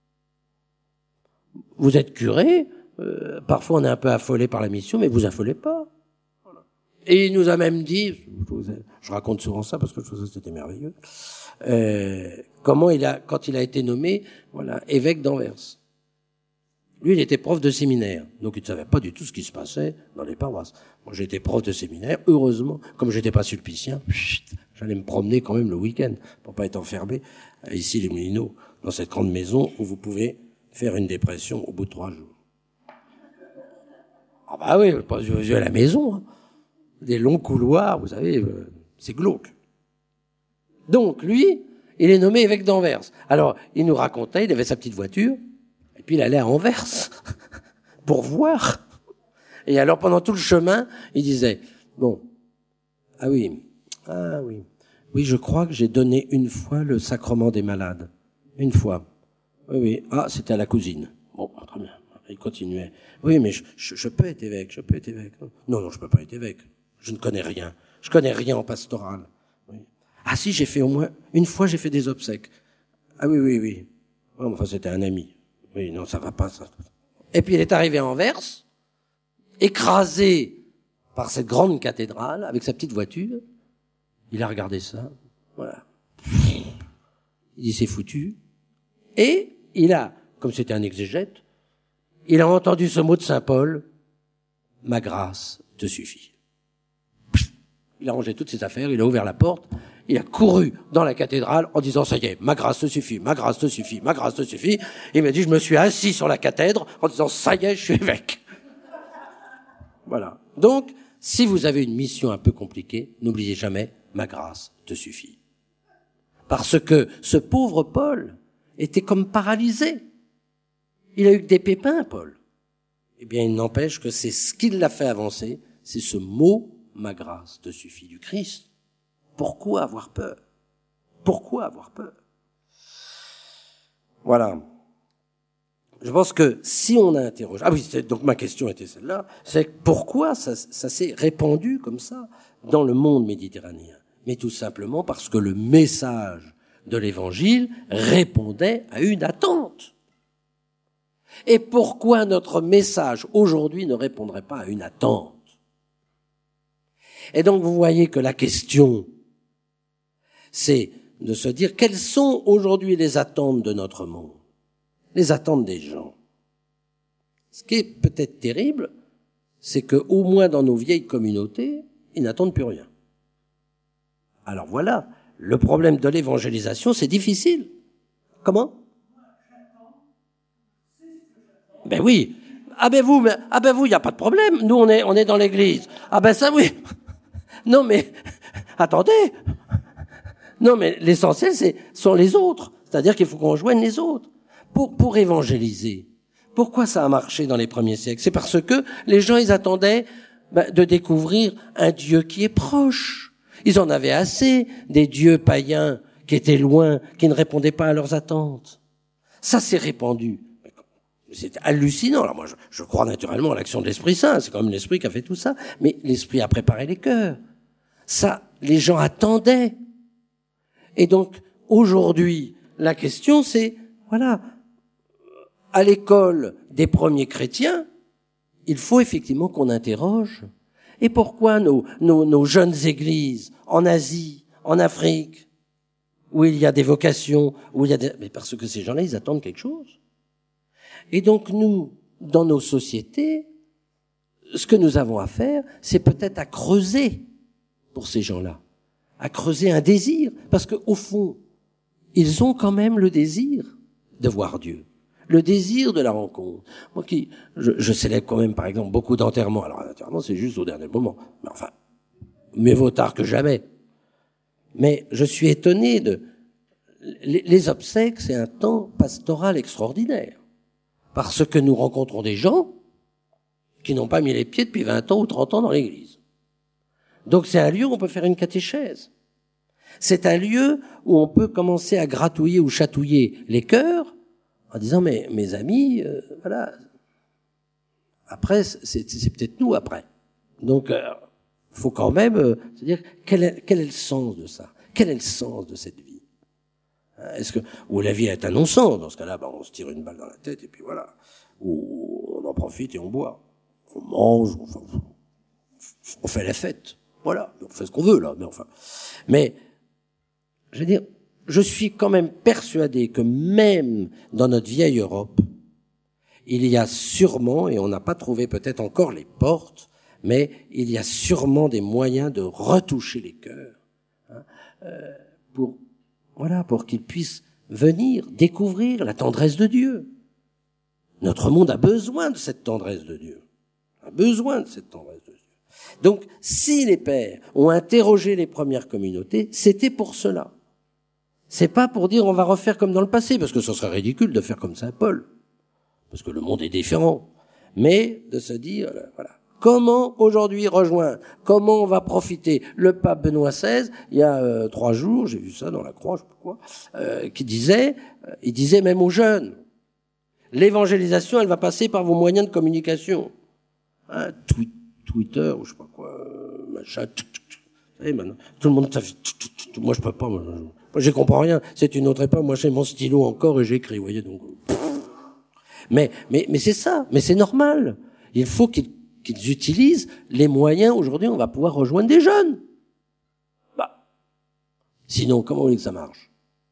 S1: Vous êtes curé, euh, parfois on est un peu affolé par la mission, mais vous affolez pas. Voilà. Et il nous a même dit, je, je raconte souvent ça parce que je trouve que c'était merveilleux, euh, comment il a, quand il a été nommé, voilà, évêque d'Anvers. Lui, il était prof de séminaire, donc il ne savait pas du tout ce qui se passait dans les paroisses. Moi, j'étais prof de séminaire, heureusement, comme j'étais pas sulpicien, j'allais me promener quand même le week-end, pour pas être enfermé, ici, les Moulineaux, dans cette grande maison où vous pouvez faire une dépression au bout de trois jours. Ah bah oui, pas je à la maison, hein. Des longs couloirs, vous savez, euh, c'est glauque. Donc, lui, il est nommé évêque d'Anvers. Alors, il nous racontait, il avait sa petite voiture, et puis il allait à Anvers pour voir. Et alors, pendant tout le chemin, il disait, bon, ah oui, ah oui, oui, je crois que j'ai donné une fois le sacrement des malades. Une fois. Oui, oui, ah, c'était à la cousine. Bon, très bien. Il continuait. Oui, mais je, je, je peux être évêque, je peux être évêque. Non, non, je peux pas être évêque. Je ne connais rien. Je connais rien en pastoral. Oui. Ah si, j'ai fait au moins, une fois j'ai fait des obsèques. Ah oui, oui, oui. Oh, enfin, c'était un ami. Oui, non, ça va pas, ça. Et puis il est arrivé à Anvers, écrasé par cette grande cathédrale, avec sa petite voiture. Il a regardé ça. Voilà. Il dit, c'est foutu. Et il a, comme c'était un exégète, il a entendu ce mot de Saint Paul, ma grâce te suffit. Il a rangé toutes ses affaires, il a ouvert la porte, il a couru dans la cathédrale en disant, ça y est, ma grâce te suffit, ma grâce te suffit, ma grâce te suffit. Il m'a dit, je me suis assis sur la cathèdre en disant, ça y est, je suis évêque. Voilà. Donc, si vous avez une mission un peu compliquée, n'oubliez jamais, ma grâce te suffit. Parce que ce pauvre Paul était comme paralysé. Il a eu que des pépins, Paul. Eh bien, il n'empêche que c'est ce qui l'a fait avancer, c'est ce mot, ma grâce te suffit du Christ. Pourquoi avoir peur? Pourquoi avoir peur? Voilà. Je pense que si on a interrogé... Ah oui, donc ma question était celle-là, c'est pourquoi ça, ça s'est répandu comme ça dans le monde méditerranéen? Mais tout simplement parce que le message de l'Évangile répondait à une attente. Et pourquoi notre message aujourd'hui ne répondrait pas à une attente? Et donc vous voyez que la question, c'est de se dire quelles sont aujourd'hui les attentes de notre monde, les attentes des gens. Ce qui est peut-être terrible, c'est que au moins dans nos vieilles communautés, ils n'attendent plus rien. Alors voilà, le problème de l'évangélisation, c'est difficile. Comment? Ben oui. Ah ben vous, mais, ah ben vous, il n'y a pas de problème. Nous, on est, on est dans l'église. Ah ben ça, oui. Non mais, attendez. Non mais l'essentiel, c'est, sont les autres. C'est-à-dire qu'il faut qu'on rejoigne les autres. Pour, pour évangéliser. Pourquoi ça a marché dans les premiers siècles? C'est parce que les gens, ils attendaient ben, de découvrir un Dieu qui est proche. Ils en avaient assez des dieux païens qui étaient loin, qui ne répondaient pas à leurs attentes. Ça s'est répandu. C'est hallucinant. Alors moi, je, je crois naturellement à l'action de l'Esprit Saint. C'est quand même l'Esprit qui a fait tout ça. Mais l'Esprit a préparé les cœurs. Ça, les gens attendaient. Et donc, aujourd'hui, la question, c'est, voilà, à l'école des premiers chrétiens, il faut effectivement qu'on interroge. Et pourquoi nos, nos, nos jeunes églises, en Asie, en Afrique, où il y a des vocations, où il y a des... Mais parce que ces gens-là, ils attendent quelque chose. Et donc nous, dans nos sociétés, ce que nous avons à faire, c'est peut-être à creuser pour ces gens-là, à creuser un désir, parce que au fond, ils ont quand même le désir de voir Dieu, le désir de la rencontre. Moi qui, je, je célèbre quand même, par exemple, beaucoup d'enterrements. Alors l'enterrement, c'est juste au dernier moment, mais enfin, mieux vaut tard que jamais. Mais je suis étonné de les, les obsèques, c'est un temps pastoral extraordinaire. Parce que nous rencontrons des gens qui n'ont pas mis les pieds depuis vingt ans ou trente ans dans l'église. Donc c'est un lieu où on peut faire une catéchèse. C'est un lieu où on peut commencer à gratouiller ou chatouiller les cœurs en disant, mais mes amis, euh, voilà, après, c'est, c'est peut-être nous après. Donc, euh, faut quand même euh, se dire, quel est, quel est le sens de ça? Quel est le sens de cette vie? Est-ce que, ou la vie est un non-sens, dans ce cas-là, ben, on se tire une balle dans la tête et puis voilà. Ou on en profite et on boit. On mange, on, on fait la fête. Voilà. On fait ce qu'on veut, là, mais enfin. Mais, je veux dire, je suis quand même persuadé que même dans notre vieille Europe, il y a sûrement, et on n'a pas trouvé peut-être encore les portes, mais il y a sûrement des moyens de retoucher les cœurs, hein, euh, pour, voilà, pour qu'ils puissent venir découvrir la tendresse de Dieu. Notre monde a besoin de cette tendresse de Dieu. A besoin de cette tendresse de Dieu. Donc, si les pères ont interrogé les premières communautés, c'était pour cela. C'est pas pour dire on va refaire comme dans le passé, parce que ce serait ridicule de faire comme Saint Paul, parce que le monde est différent. Mais de se dire, voilà, comment aujourd'hui rejoindre, comment on va profiter. Le pape Benoît seize, il y a euh, trois jours, j'ai vu ça dans la Croix, je sais pas quoi, euh, qui disait, euh, il disait même aux jeunes, l'évangélisation, elle va passer par vos moyens de communication. Hein, tweet, Twitter, ou je sais pas quoi, euh, machin, tch, tch, tch. Vous savez, maintenant, tout le monde, ça fait, tch, tch, tch. Moi je peux pas, moi, je, moi j'y comprends rien, c'est une autre époque, moi j'ai mon stylo encore et j'écris, vous voyez, donc. Mais, mais, mais c'est ça, mais c'est normal. Il faut qu'ils, qu'ils utilisent les moyens, aujourd'hui on va pouvoir rejoindre des jeunes. Bah. Sinon, comment vous voulez que ça marche?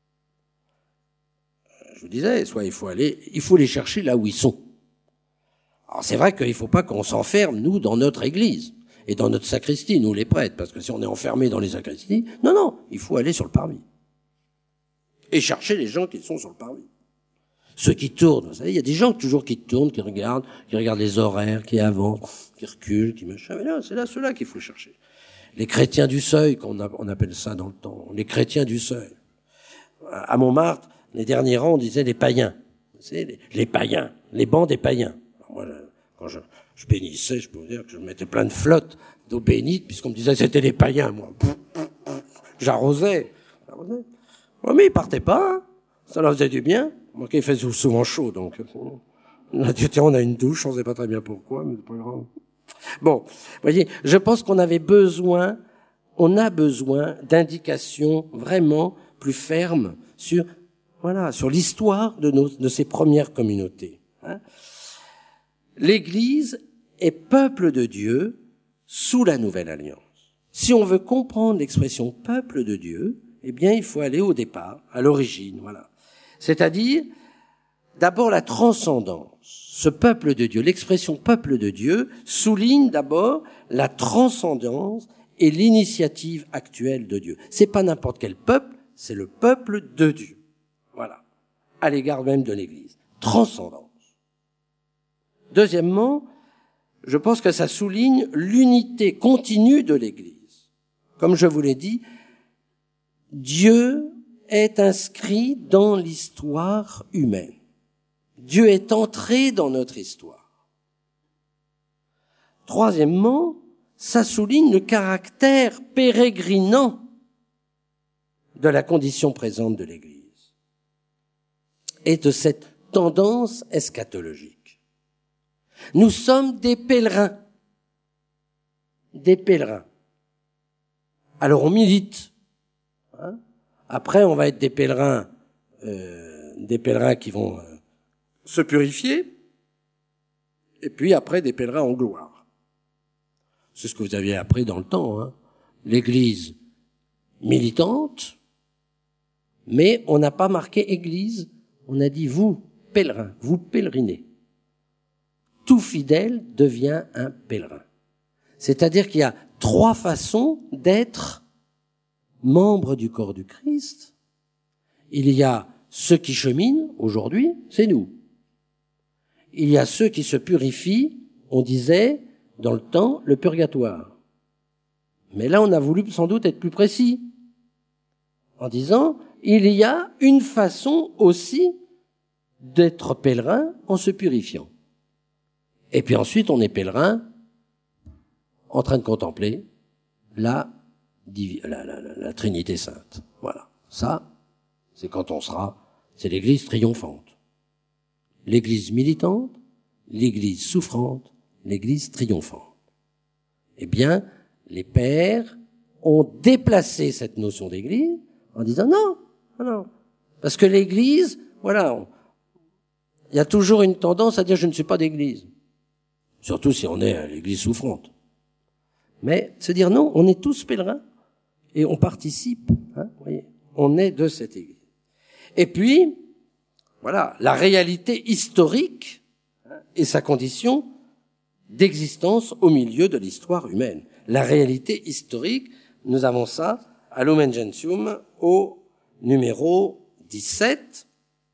S1: Je vous disais, soit il faut aller, il faut les chercher là où ils sont. Alors c'est vrai qu'il ne faut pas qu'on s'enferme, nous, dans notre église et dans notre sacristie, nous les prêtres, parce que si on est enfermé dans les sacristies, non, non, il faut aller sur le parvis. Et chercher les gens qui sont sur le parvis. Ceux qui tournent, vous savez, il y a des gens toujours qui tournent, qui regardent, qui regardent les horaires, qui avancent, qui reculent, qui machin. Mais là, c'est là ceux-là qu'il faut chercher. Les chrétiens du seuil, qu'on a, on appelle ça dans le temps, les chrétiens du seuil. À Montmartre, les derniers rangs, on disait les païens. Vous savez, les, les païens, les bancs des païens. Alors moi, quand je, je bénissais, je peux vous dire que je mettais plein de flottes d'eau bénite, puisqu'on me disait que c'était les païens, moi. J'arrosais. J'arrosais. Ouais, mais ils partaient pas, hein. Ça leur faisait du bien. Moi, il fait souvent chaud, donc. On a dit, tiens, on a une douche, on sait pas très bien pourquoi, mais c'est pas grave. Bon. Vous voyez, je pense qu'on avait besoin, on a besoin d'indications vraiment plus fermes sur, voilà, sur l'histoire de nos, de ces premières communautés, hein. L'Église est peuple de Dieu sous la Nouvelle Alliance. Si on veut comprendre l'expression peuple de Dieu, eh bien, il faut aller au départ, à l'origine, voilà. C'est-à-dire, d'abord la transcendance. Ce peuple de Dieu, l'expression peuple de Dieu, souligne d'abord la transcendance et l'initiative actuelle de Dieu. C'est pas n'importe quel peuple, c'est le peuple de Dieu. Voilà. À l'égard même de l'Église. Transcendance. Deuxièmement, je pense que ça souligne l'unité continue de l'Église. Comme je vous l'ai dit, Dieu est inscrit dans l'histoire humaine. Dieu est entré dans notre histoire. Troisièmement, ça souligne le caractère pérégrinant de la condition présente de l'Église et de cette tendance eschatologique. Nous sommes des pèlerins. Des pèlerins. Alors on milite. Hein? Après, on va être des pèlerins, euh, des pèlerins qui vont euh, se purifier, et puis après des pèlerins en gloire. C'est ce que vous aviez appris dans le temps, hein. L'Église militante, mais on n'a pas marqué Église, on a dit vous, pèlerins, vous pèlerinez. Tout fidèle devient un pèlerin. C'est-à-dire qu'il y a trois façons d'être membre du corps du Christ. Il y a ceux qui cheminent, aujourd'hui, c'est nous. Il y a ceux qui se purifient, on disait, dans le temps, le purgatoire. Mais là, on a voulu sans doute être plus précis, en disant, il y a une façon aussi d'être pèlerin en se purifiant. Et puis ensuite, on est pèlerin en train de contempler la, la, la, la, la Trinité Sainte. Voilà. Ça, c'est quand on sera, c'est l'Église triomphante. L'Église militante, l'Église souffrante, l'Église triomphante. Eh bien, les pères ont déplacé cette notion d'Église en disant non, non, parce que l'Église, voilà, on, il y a toujours une tendance à dire je ne suis pas d'Église. Surtout si on est à l'Église souffrante. Mais se dire non, on est tous pèlerins et on participe, hein, vous voyez, on est de cette Église. Et puis, voilà, la réalité historique, hein, et sa condition d'existence au milieu de l'histoire humaine. La réalité historique, nous avons ça à Lumen Gentium au numéro dix-sept.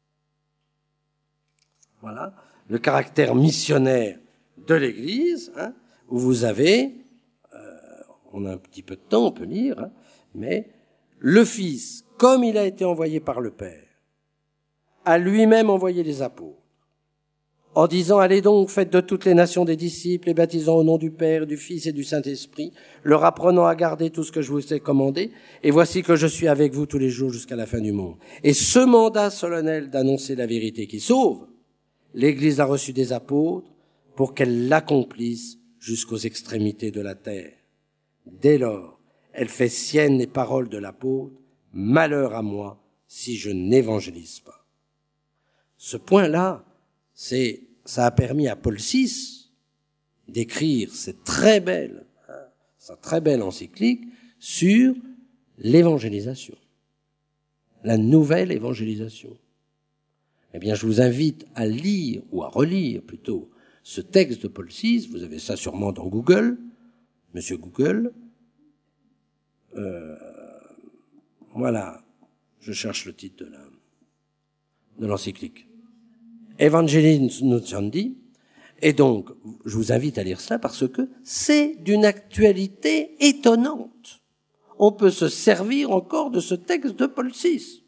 S1: Voilà, le caractère missionnaire de l'Église, hein, où vous avez, euh, on a un petit peu de temps, on peut lire, hein, mais le Fils, comme il a été envoyé par le Père, a lui-même envoyé les apôtres, en disant « Allez donc, faites de toutes les nations des disciples, les baptisant au nom du Père, du Fils et du Saint-Esprit, leur apprenant à garder tout ce que je vous ai commandé, et voici que je suis avec vous tous les jours jusqu'à la fin du monde. » Et ce mandat solennel d'annoncer la vérité qui sauve, l'Église a reçu des apôtres pour qu'elle l'accomplisse jusqu'aux extrémités de la terre. Dès lors, elle fait sienne les paroles de l'apôtre, « Malheur à moi si je n'évangélise pas. » Ce point-là, c'est, ça a permis à Paul six d'écrire cette très belle, hein, sa très belle encyclique sur l'évangélisation, la nouvelle évangélisation. Eh bien, je vous invite à lire, ou à relire plutôt, ce texte de Paul six, vous avez ça sûrement dans Google, Monsieur Google. Euh, voilà, je cherche le titre de, la, de l'encyclique. Evangelii Nuntiandi. Et donc, je vous invite à lire cela parce que c'est d'une actualité étonnante. On peut se servir encore de ce texte de Paul six.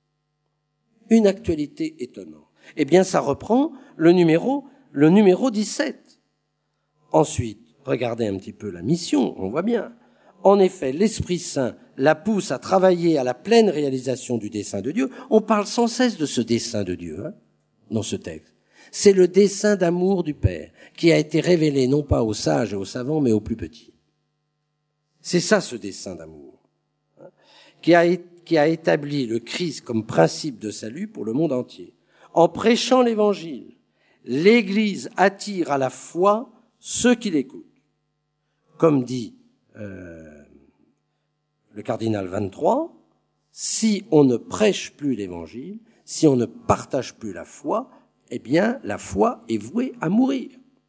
S1: Une actualité étonnante. Eh bien, ça reprend le numéro, le numéro dix-sept. Ensuite, regardez un petit peu la mission, on voit bien. En effet, l'Esprit Saint la pousse à travailler à la pleine réalisation du dessein de Dieu. On parle sans cesse de ce dessein de Dieu, hein, dans ce texte. C'est le dessein d'amour du Père qui a été révélé non pas aux sages et aux savants, mais aux plus petits. C'est ça, ce dessein d'amour, hein, qui a été qui a établi le Christ comme principe de salut pour le monde entier. En prêchant l'Évangile, l'Église attire à la foi ceux qui l'écoutent. Comme dit euh, le cardinal vingt-trois, si on ne prêche plus l'Évangile, si on ne partage plus la foi, eh bien, la foi est vouée à mourir.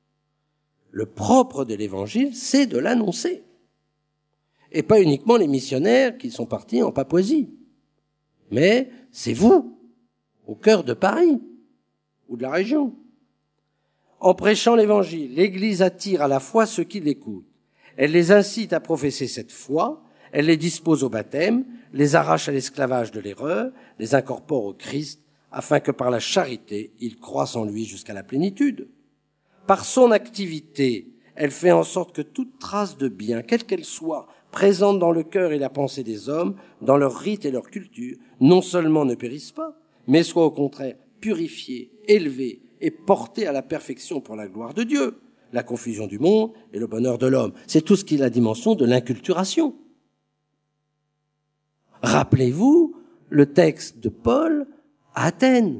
S1: Le propre de l'Évangile, c'est de l'annoncer. Et pas uniquement les missionnaires qui sont partis en Papouasie. Mais c'est vous, au cœur de Paris, ou de la région. En prêchant l'Évangile, l'Église attire à la foi ceux qui l'écoutent. Elle les incite à professer cette foi, elle les dispose au baptême, les arrache à l'esclavage de l'erreur, les incorpore au Christ, afin que par la charité, ils croissent en lui jusqu'à la plénitude. Par son activité, elle fait en sorte que toute trace de bien, quelle qu'elle soit, présente dans le cœur et la pensée des hommes, dans leurs rites et leur culture, non seulement ne périssent pas, mais soient au contraire purifiées, élevées et portées à la perfection pour la gloire de Dieu, la confusion du monde et le bonheur de l'homme. C'est tout ce qui est la dimension de l'inculturation. Rappelez-vous le texte de Paul à Athènes.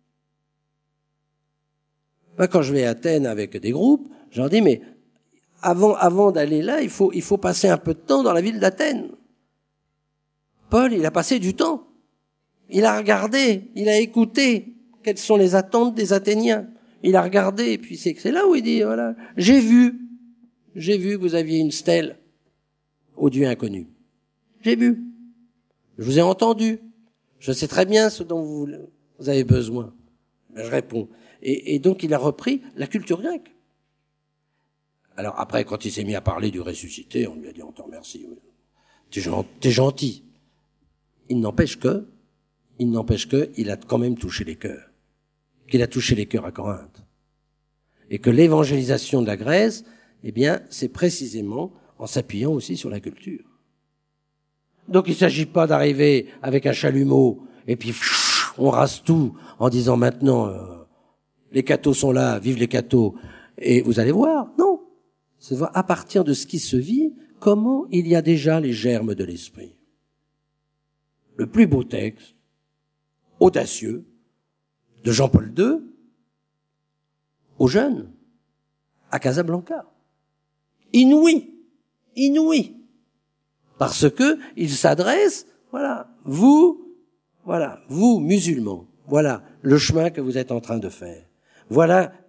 S1: Moi, quand je vais à Athènes avec des groupes, je leur dis, mais Avant, avant d'aller là, il faut, il faut passer un peu de temps dans la ville d'Athènes. Paul, il a passé du temps. Il a regardé, il a écouté quelles sont les attentes des Athéniens. Il a regardé, et puis c'est, c'est là où il dit, voilà, j'ai vu, j'ai vu que vous aviez une stèle au Dieu inconnu. J'ai vu. Je vous ai entendu. Je sais très bien ce dont vous, vous avez besoin. Je réponds. Et, et donc il a repris la culture grecque. Alors après, quand il s'est mis à parler du ressuscité, on lui a dit, on te remercie. T'es gentil, t'es gentil. Il n'empêche que, il n'empêche que, il a quand même touché les cœurs. Qu'il a touché les cœurs à Corinthe. Et que l'évangélisation de la Grèce, eh bien, c'est précisément en s'appuyant aussi sur la culture. Donc il ne s'agit pas d'arriver avec un chalumeau et puis on rase tout en disant maintenant, euh, les cathos sont là, vive les cathos, et vous allez voir. Non. C'est voir à partir de ce qui se vit, comment il y a déjà les germes de l'esprit. Le plus beau texte, audacieux, de Jean-Paul deux, aux jeunes, à Casablanca. Inouï, inouï. Parce que il s'adresse, voilà, vous, voilà, vous, musulmans, voilà le chemin que vous êtes en train de faire. Voilà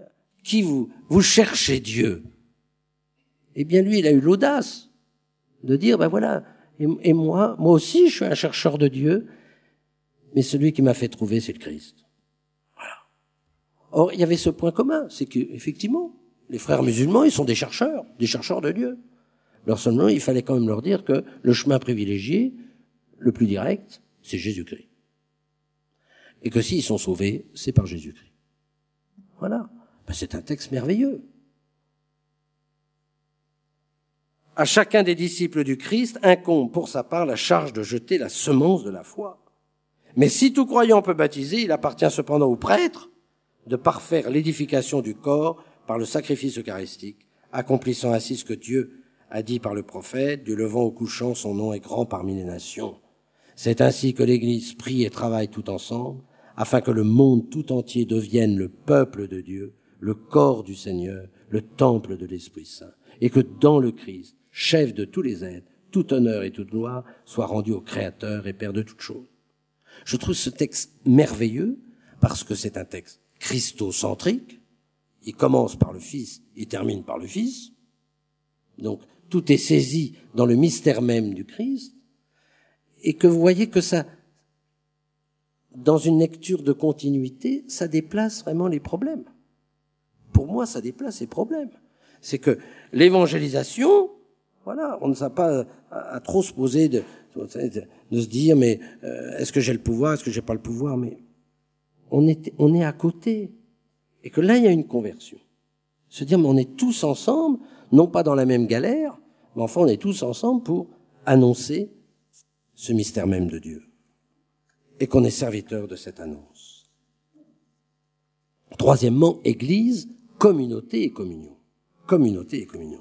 S1: qui vous, vous cherchez Dieu. Eh bien, lui, il a eu l'audace de dire, ben voilà, et, et moi, moi aussi, je suis un chercheur de Dieu, mais celui qui m'a fait trouver, c'est le Christ. Voilà. Or, il y avait ce point commun, c'est qu'effectivement, les frères musulmans, ils sont des chercheurs, des chercheurs de Dieu. Alors seulement, il fallait quand même leur dire que le chemin privilégié, le plus direct, c'est Jésus-Christ. Et que s'ils sont sauvés, c'est par Jésus-Christ. Voilà. Ben, c'est un texte merveilleux. À chacun des disciples du Christ incombe pour sa part la charge de jeter la semence de la foi. Mais si tout croyant peut baptiser, il appartient cependant au prêtre de parfaire l'édification du corps par le sacrifice eucharistique, accomplissant ainsi ce que Dieu a dit par le prophète, du levant au couchant, son nom est grand parmi les nations. C'est ainsi que l'Église prie et travaille tout ensemble, afin que le monde tout entier devienne le peuple de Dieu, le corps du Seigneur, le temple de l'Esprit Saint, et que dans le Christ, chef de tous les êtres, tout honneur et toute gloire soit rendu au Créateur et Père de toutes choses. Je trouve ce texte merveilleux parce que c'est un texte christocentrique. Il commence par le Fils, il termine par le Fils. Donc, tout est saisi dans le mystère même du Christ. Et que vous voyez que ça, dans une lecture de continuité, ça déplace vraiment les problèmes. Pour moi, ça déplace les problèmes. C'est que l'évangélisation, voilà, on ne sait pas à, à trop se poser de, de, de se dire, mais euh, est-ce que j'ai le pouvoir, est-ce que j'ai pas le pouvoir, mais on est, on est à côté. Et que là, il y a une conversion. Se dire, mais on est tous ensemble, non pas dans la même galère, mais enfin, on est tous ensemble pour annoncer ce mystère même de Dieu. Et qu'on est serviteur de cette annonce. Troisièmement, Église, communauté et communion. Communauté et communion.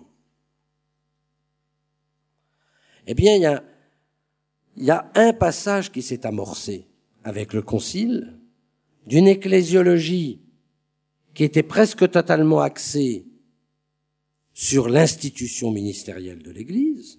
S1: Eh bien, il y a, il y a un passage qui s'est amorcé avec le Concile, d'une ecclésiologie qui était presque totalement axée sur l'institution ministérielle de l'Église,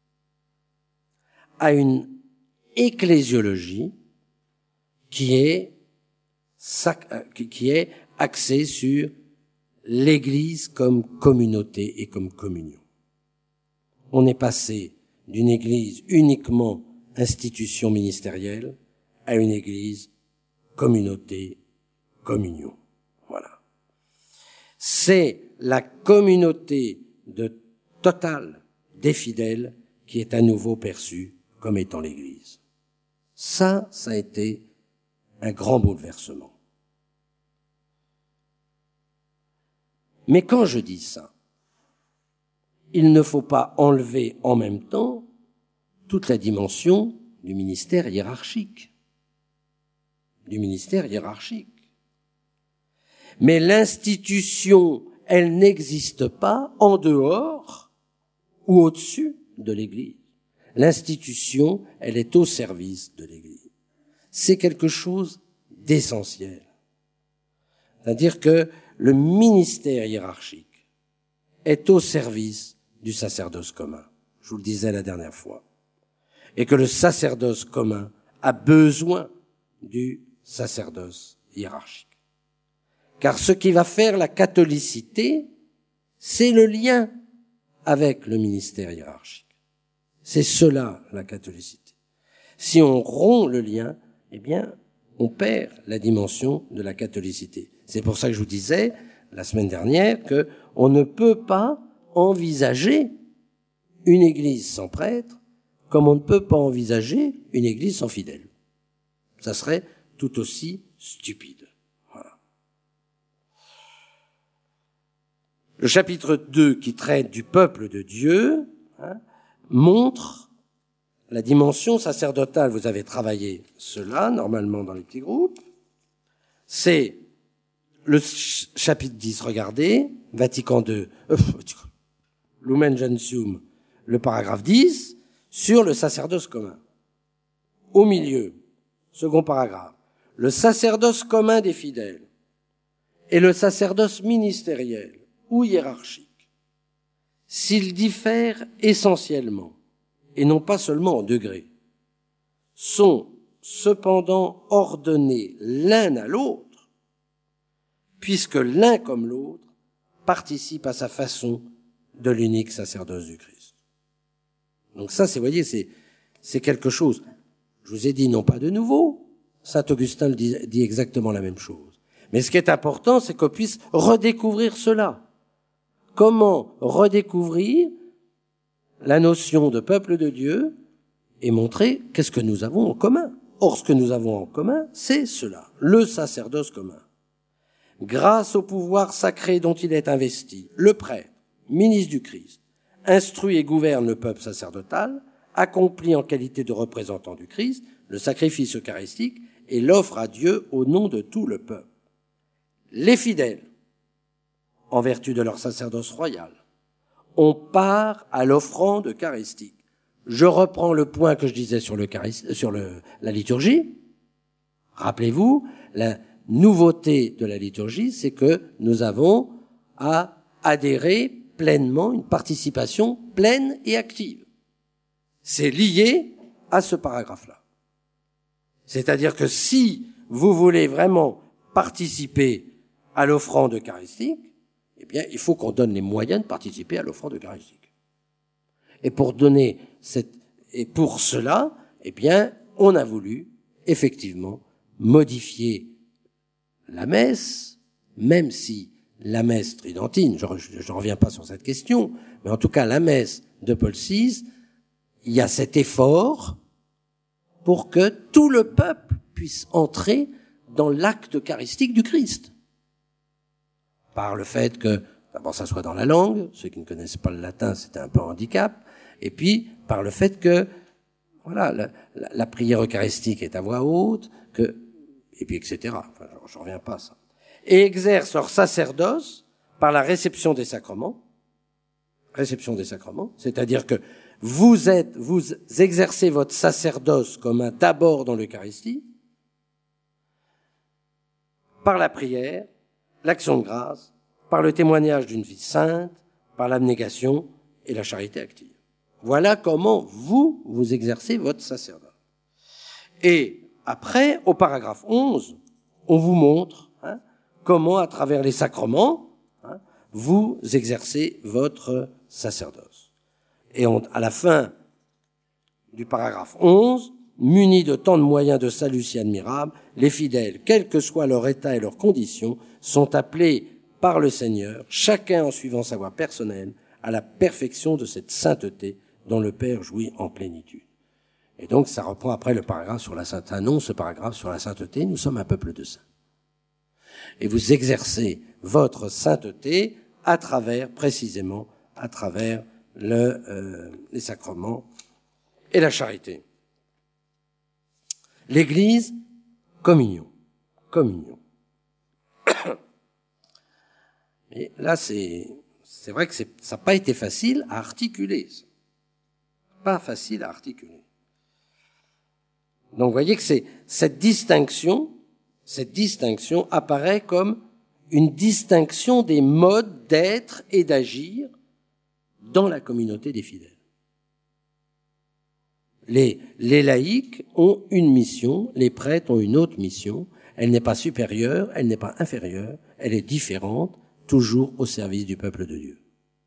S1: à une ecclésiologie qui est, qui est axée sur l'Église comme communauté et comme communion. On est passé d'une Église uniquement institution ministérielle à une Église communauté, communion. Voilà. C'est la communauté de totale des fidèles qui est à nouveau perçue comme étant l'Église. Ça, ça a été un grand bouleversement. Mais quand je dis ça, il ne faut pas enlever en même temps toute la dimension du ministère hiérarchique. Du ministère hiérarchique. Mais l'institution, elle n'existe pas en dehors ou au-dessus de l'Église. L'institution, elle est au service de l'Église. C'est quelque chose d'essentiel. C'est-à-dire que le ministère hiérarchique est au service du sacerdoce commun. Je vous le disais la dernière fois. Et que le sacerdoce commun a besoin du sacerdoce hiérarchique. Car ce qui va faire la catholicité, c'est le lien avec le ministère hiérarchique. C'est cela, la catholicité. Si on rompt le lien, eh bien, on perd la dimension de la catholicité. C'est pour ça que je vous disais, la semaine dernière, que on ne peut pas envisager une église sans prêtre, comme on ne peut pas envisager une église sans fidèles. Ça serait tout aussi stupide. Voilà. Le chapitre deux, qui traite du peuple de Dieu, hein, montre la dimension sacerdotale. Vous avez travaillé cela, normalement, dans les petits groupes. C'est le chapitre dix, regardez, Vatican deux, euh, Lumen Gentium, le paragraphe dix, sur le sacerdoce commun. Au milieu, second paragraphe, le sacerdoce commun des fidèles et le sacerdoce ministériel ou hiérarchique, s'ils diffèrent essentiellement, et non pas seulement en degrés, sont cependant ordonnés l'un à l'autre, puisque l'un comme l'autre participent à sa façon de l'unique sacerdoce du Christ. Donc ça, c'est, vous voyez, c'est, c'est quelque chose. Je vous ai dit non pas de nouveau. Saint Augustin le dit, dit exactement la même chose. Mais ce qui est important, c'est qu'on puisse redécouvrir cela. Comment redécouvrir la notion de peuple de Dieu et montrer qu'est-ce que nous avons en commun. Or, ce que nous avons en commun, c'est cela, le sacerdoce commun. Grâce au pouvoir sacré dont il est investi, le prêtre, ministre du Christ, instruit et gouverne le peuple sacerdotal, accomplit en qualité de représentant du Christ le sacrifice eucharistique et l'offre à Dieu au nom de tout le peuple. Les fidèles, en vertu de leur sacerdoce royal, ont part à l'offrande eucharistique. Je reprends le point que je disais sur, sur le, la liturgie. Rappelez-vous, la nouveauté de la liturgie, c'est que nous avons à adhérer pleinement, une participation pleine et active. C'est lié à ce paragraphe-là. C'est-à-dire que si vous voulez vraiment participer à l'offrande eucharistique, eh bien, il faut qu'on donne les moyens de participer à l'offrande eucharistique. Et pour donner cette, et pour cela, eh bien, on a voulu, effectivement, modifier la messe, même si la messe tridentine, je ne reviens pas sur cette question, mais en tout cas, la messe de Paul six, il y a cet effort pour que tout le peuple puisse entrer dans l'acte eucharistique du Christ. Par le fait que, d'abord, ça soit dans la langue, ceux qui ne connaissent pas le latin, c'était un peu un handicap, et puis par le fait que, voilà, la, la, la prière eucharistique est à voix haute, que, et puis et cetera. Enfin, je ne reviens pas à ça. Et exercent leur sacerdoce par la réception des sacrements, réception des sacrements, c'est-à-dire que vous êtes, vous exercez votre sacerdoce commun d'abord dans l'Eucharistie, par la prière, l'action de grâce, par le témoignage d'une vie sainte, par l'abnégation et la charité active. Voilà comment vous, vous exercez votre sacerdoce. Et après, au paragraphe onze, on vous montre hein, comment, à travers les sacrements, hein, vous exercez votre sacerdoce. Et on, à la fin du paragraphe onze, munis de tant de moyens de salut si admirables, les fidèles, quel que soit leur état et leurs conditions, sont appelés par le Seigneur, chacun en suivant sa voie personnelle, à la perfection de cette sainteté dont le Père jouit en plénitude. Et donc, ça reprend après le paragraphe sur la sainteté, annonce ce paragraphe sur la sainteté, nous sommes un peuple de saints. Et vous exercez votre sainteté à travers, précisément, à travers le, euh, les sacrements et la charité. L'Église, communion. Communion. Et là, c'est, c'est vrai que c'est, ça n'a pas été facile à articuler. Pas facile à articuler. Donc, vous voyez que c'est, cette distinction, cette distinction apparaît comme une distinction des modes d'être et d'agir dans la communauté des fidèles. Les, les laïcs ont une mission, les prêtres ont une autre mission. Elle n'est pas supérieure, elle n'est pas inférieure, elle est différente, toujours au service du peuple de Dieu.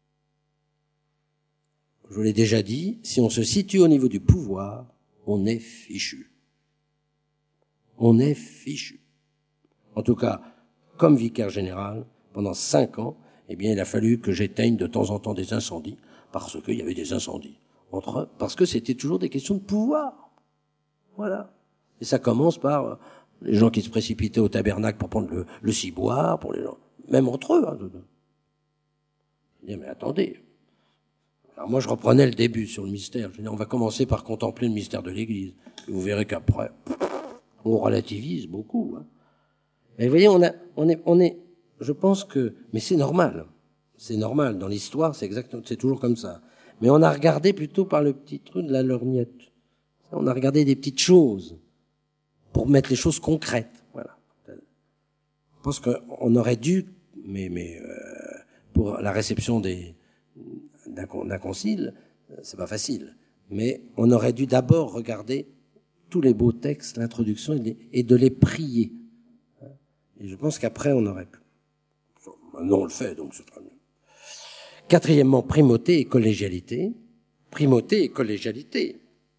S1: Je vous l'ai déjà dit, si on se situe au niveau du pouvoir, on est fichu. On est fichu. En tout cas, comme vicaire général, pendant cinq ans, eh bien, il a fallu que j'éteigne de temps en temps des incendies, parce qu'il y avait des incendies. Entre, parce que c'était toujours des questions de pouvoir. Voilà. Et ça commence par euh, les gens qui se précipitaient au tabernacle pour prendre le, le ciboire, pour les gens, même entre eux. Hein, de, de. Je dis, mais attendez. Alors moi, je reprenais le début sur le mystère. Je dis, on va commencer par contempler le mystère de l'Église. Et vous verrez qu'après, on relativise beaucoup. Hein. Mais vous voyez, on, a, on, est, on est, je pense que, mais c'est normal. C'est normal. Dans l'histoire, c'est exactement, c'est toujours comme ça. Mais on a regardé plutôt par le petit truc de la lorgnette. On a regardé des petites choses pour mettre les choses concrètes. Voilà. Je pense qu'on aurait dû, mais, mais euh, pour la réception des, d'un, d'un concile, c'est pas facile. Mais on aurait dû d'abord regarder tous les beaux textes, l'introduction, et, les, et de les prier. Et je pense qu'après, on aurait pu. Maintenant, on le fait, donc c'est très bien. Quatrièmement, primauté et collégialité. Primauté et collégialité.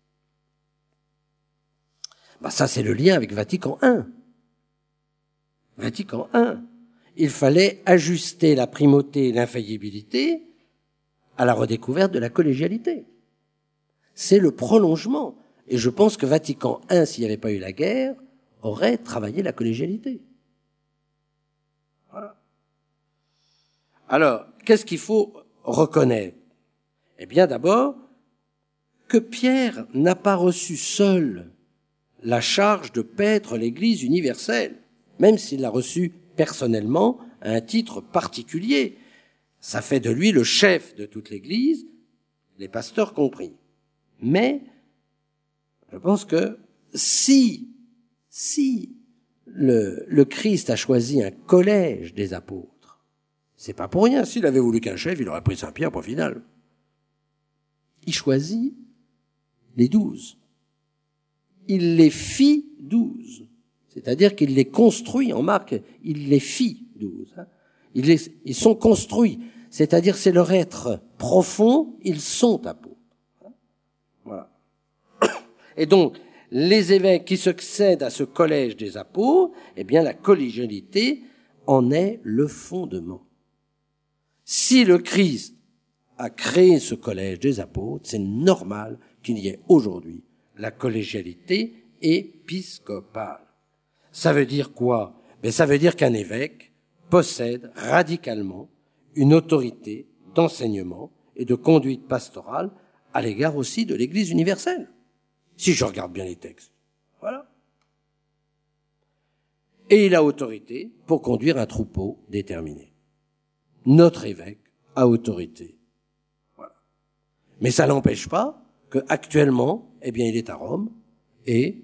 S1: Bah ça, c'est le lien avec Vatican un. Vatican un. Il fallait ajuster la primauté et l'infaillibilité à la redécouverte de la collégialité. C'est le prolongement. Et je pense que Vatican un, s'il n'y avait pas eu la guerre, aurait travaillé la collégialité. Voilà. Alors, qu'est-ce qu'il faut reconnaître? Eh bien, d'abord, que Pierre n'a pas reçu seul la charge de paître l'Église universelle, même s'il l'a reçue personnellement à un titre particulier. Ça fait de lui le chef de toute l'Église, les pasteurs compris. Mais je pense que si, si le, le Christ a choisi un collège des apôtres, c'est pas pour rien. S'il avait voulu qu'un chef, il aurait pris Saint-Pierre pour final. Il choisit les douze. Il les fit douze. C'est-à-dire qu'il les construit, en Marc, il les fit douze. Hein. Ils, les, ils sont construits. C'est-à-dire c'est leur être profond, ils sont apôtres. Voilà. Et donc, les évêques qui succèdent à ce collège des apôtres, eh bien, la collégialité en est le fondement. Si le Christ a créé ce collège des apôtres, c'est normal qu'il y ait aujourd'hui la collégialité épiscopale. Ça veut dire quoi? Ben, ça veut dire qu'un évêque possède radicalement une autorité d'enseignement et de conduite pastorale à l'égard aussi de l'Église universelle. Si je regarde bien les textes. Voilà. Et il a autorité pour conduire un troupeau déterminé. Notre évêque a autorité. Voilà. Mais ça n'empêche pas qu'actuellement, eh bien, il est à Rome et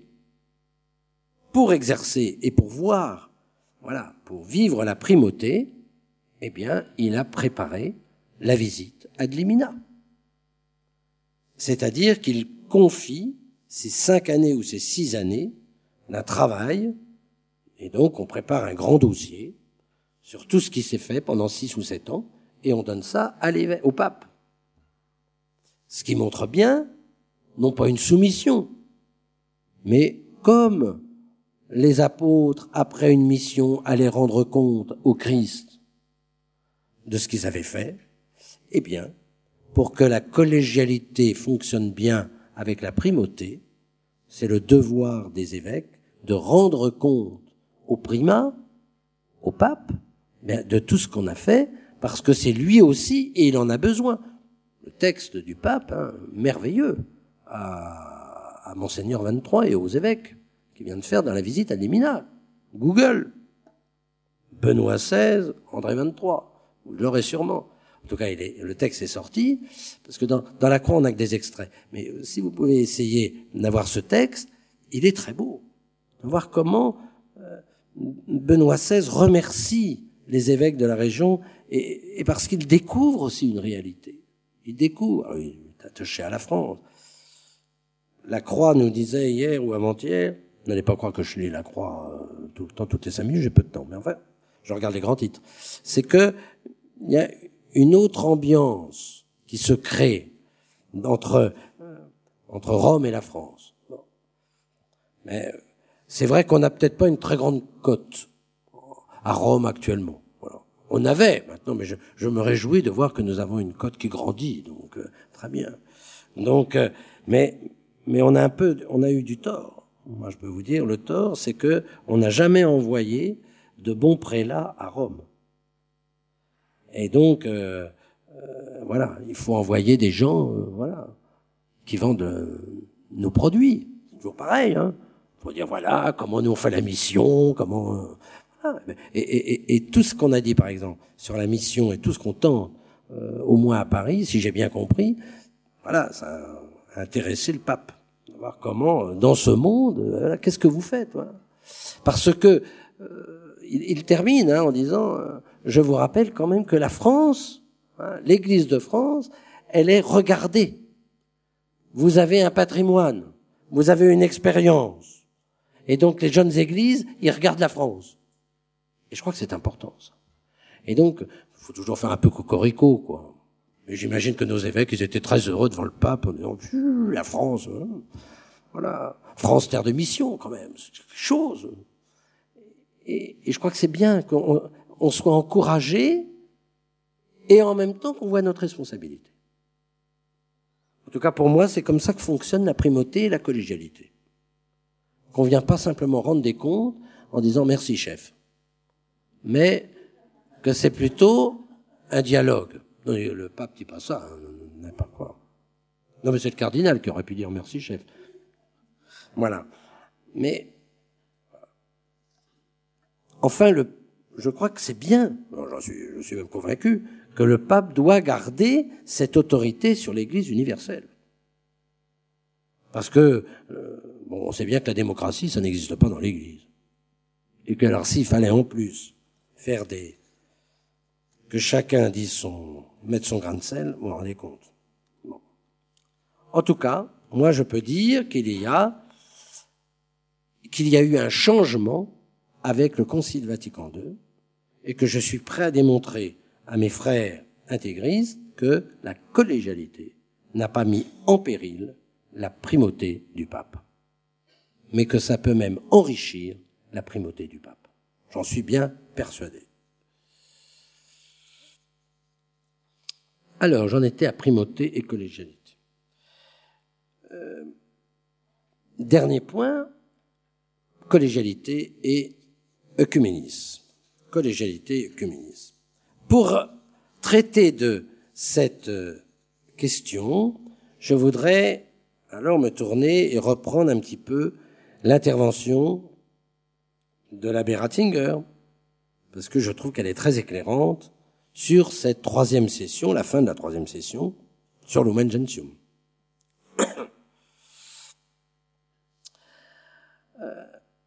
S1: pour exercer et pour voir, voilà, pour vivre la primauté, eh bien, il a préparé la visite ad limina. C'est-à-dire qu'il confie ces cinq années ou ces six années d'un travail, et donc on prépare un grand dossier sur tout ce qui s'est fait pendant six ou sept ans, et on donne ça à l'évêque, au pape. Ce qui montre bien, non pas une soumission, mais comme les apôtres, après une mission, allaient rendre compte au Christ de ce qu'ils avaient fait, eh bien, pour que la collégialité fonctionne bien avec la primauté, c'est le devoir des évêques de rendre compte au primat, au pape, de tout ce qu'on a fait, parce que c'est lui aussi, et il en a besoin. Le texte du pape, hein, merveilleux, à, à Monseigneur vingt-trois et aux évêques, qui vient de faire dans la visite à Limina. Google. Benoît seize, André vingt-trois. Vous l'aurez sûrement. En tout cas, il est, le texte est sorti, parce que dans, dans la croix, on n'a que des extraits. Mais si vous pouvez essayer d'avoir ce texte, il est très beau. De voir comment euh, Benoît seize remercie les évêques de la région, et, et parce qu'il découvre aussi une réalité. Il découvre, alors, il est attaché à la France. La croix nous disait hier ou avant-hier, n'allez pas croire que je lis la croix euh, tout le temps, toutes les cinq minutes, j'ai peu de temps, mais enfin, je regarde les grands titres. C'est que il y a une autre ambiance qui se crée entre entre Rome et la France. Bon. Mais c'est vrai qu'on n'a peut-être pas une très grande cote à Rome actuellement. Voilà. On avait maintenant, mais je, je me réjouis de voir que nous avons une cote qui grandit, donc euh, très bien. Donc, euh, mais mais on a un peu, on a eu du tort. Moi, je peux vous dire, le tort, c'est que on n'a jamais envoyé de bons prélats à Rome. Et donc, euh, euh, voilà, il faut envoyer des gens, euh, voilà, qui vendent euh, nos produits. C'est toujours pareil, hein. Pour dire, voilà, comment nous on fait la mission, comment... Euh, voilà. et, et, et, et tout ce qu'on a dit, par exemple, sur la mission et tout ce qu'on tente, euh, au moins à Paris, si j'ai bien compris, voilà, ça a intéressé le pape. De voir comment, dans ce monde, euh, qu'est-ce que vous faites, voilà. Parce que... Euh, Il, il termine hein, en disant euh, « Je vous rappelle quand même que la France, hein, l'Église de France, elle est regardée. Vous avez un patrimoine, vous avez une expérience. Et donc les jeunes églises, ils regardent la France. » Et je crois que c'est important, ça. Et donc, il faut toujours faire un peu cocorico, quoi. Et j'imagine que nos évêques, ils étaient très heureux devant le pape, en disant, la France, hein, voilà, France terre de mission, quand même, c'est quelque chose. Et, et je crois que c'est bien qu'on on soit encouragé, et en même temps qu'on voit notre responsabilité. En tout cas, pour moi, c'est comme ça que fonctionne la primauté et la collégialité. Qu'on vient pas simplement rendre des comptes en disant merci chef, mais que c'est plutôt un dialogue. Non, le pape dit pas ça, hein, n'importe quoi. Non, mais c'est le cardinal qui aurait pu dire merci chef. Voilà. Mais enfin, le, je crois que c'est bien, j'en suis, je suis même convaincu, que le pape doit garder cette autorité sur l'Église universelle. Parce que, euh, bon, on sait bien que la démocratie, ça n'existe pas dans l'Église. Et que alors, s'il fallait en plus faire des... que chacun dise son... mette son grain de sel, vous vous rendez compte. Bon. En tout cas, moi je peux dire qu'il y a qu'il y a eu un changement avec le Concile Vatican deux et que je suis prêt à démontrer à mes frères intégristes que la collégialité n'a pas mis en péril la primauté du pape, mais que ça peut même enrichir la primauté du pape. J'en suis bien persuadé. Alors, j'en étais à primauté et collégialité. Euh, dernier point, collégialité et œcuménisme. Collégialité et œcuménisme. Pour traiter de cette question, je voudrais alors me tourner et reprendre un petit peu l'intervention de l'abbé Ratzinger, parce que je trouve qu'elle est très éclairante sur cette troisième session, la fin de la troisième session, sur Lumen Gentium. euh,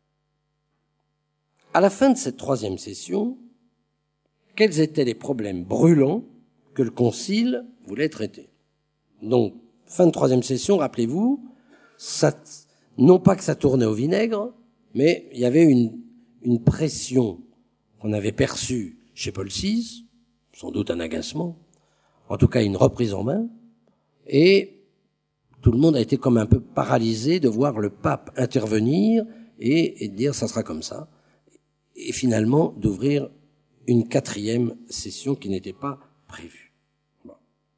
S1: à la fin de cette troisième session, quels étaient les problèmes brûlants que le Concile voulait traiter? Donc, fin de troisième session, rappelez-vous, ça, non pas que ça tournait au vinaigre, mais il y avait une, une pression qu'on avait perçue chez Paul six, sans doute un agacement, en tout cas une reprise en main, et tout le monde a été comme un peu paralysé de voir le pape intervenir et, et dire ça sera comme ça, et finalement d'ouvrir une quatrième session qui n'était pas prévue. Bon.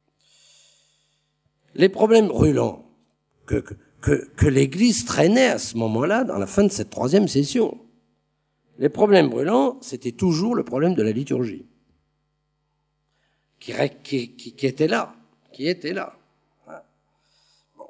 S1: Les problèmes brûlants que, que, que, que l'Église traînait à ce moment-là, dans la fin de cette troisième session, les problèmes brûlants, c'était toujours le problème de la liturgie. Qui, qui, qui, qui était là, qui était là. Bon.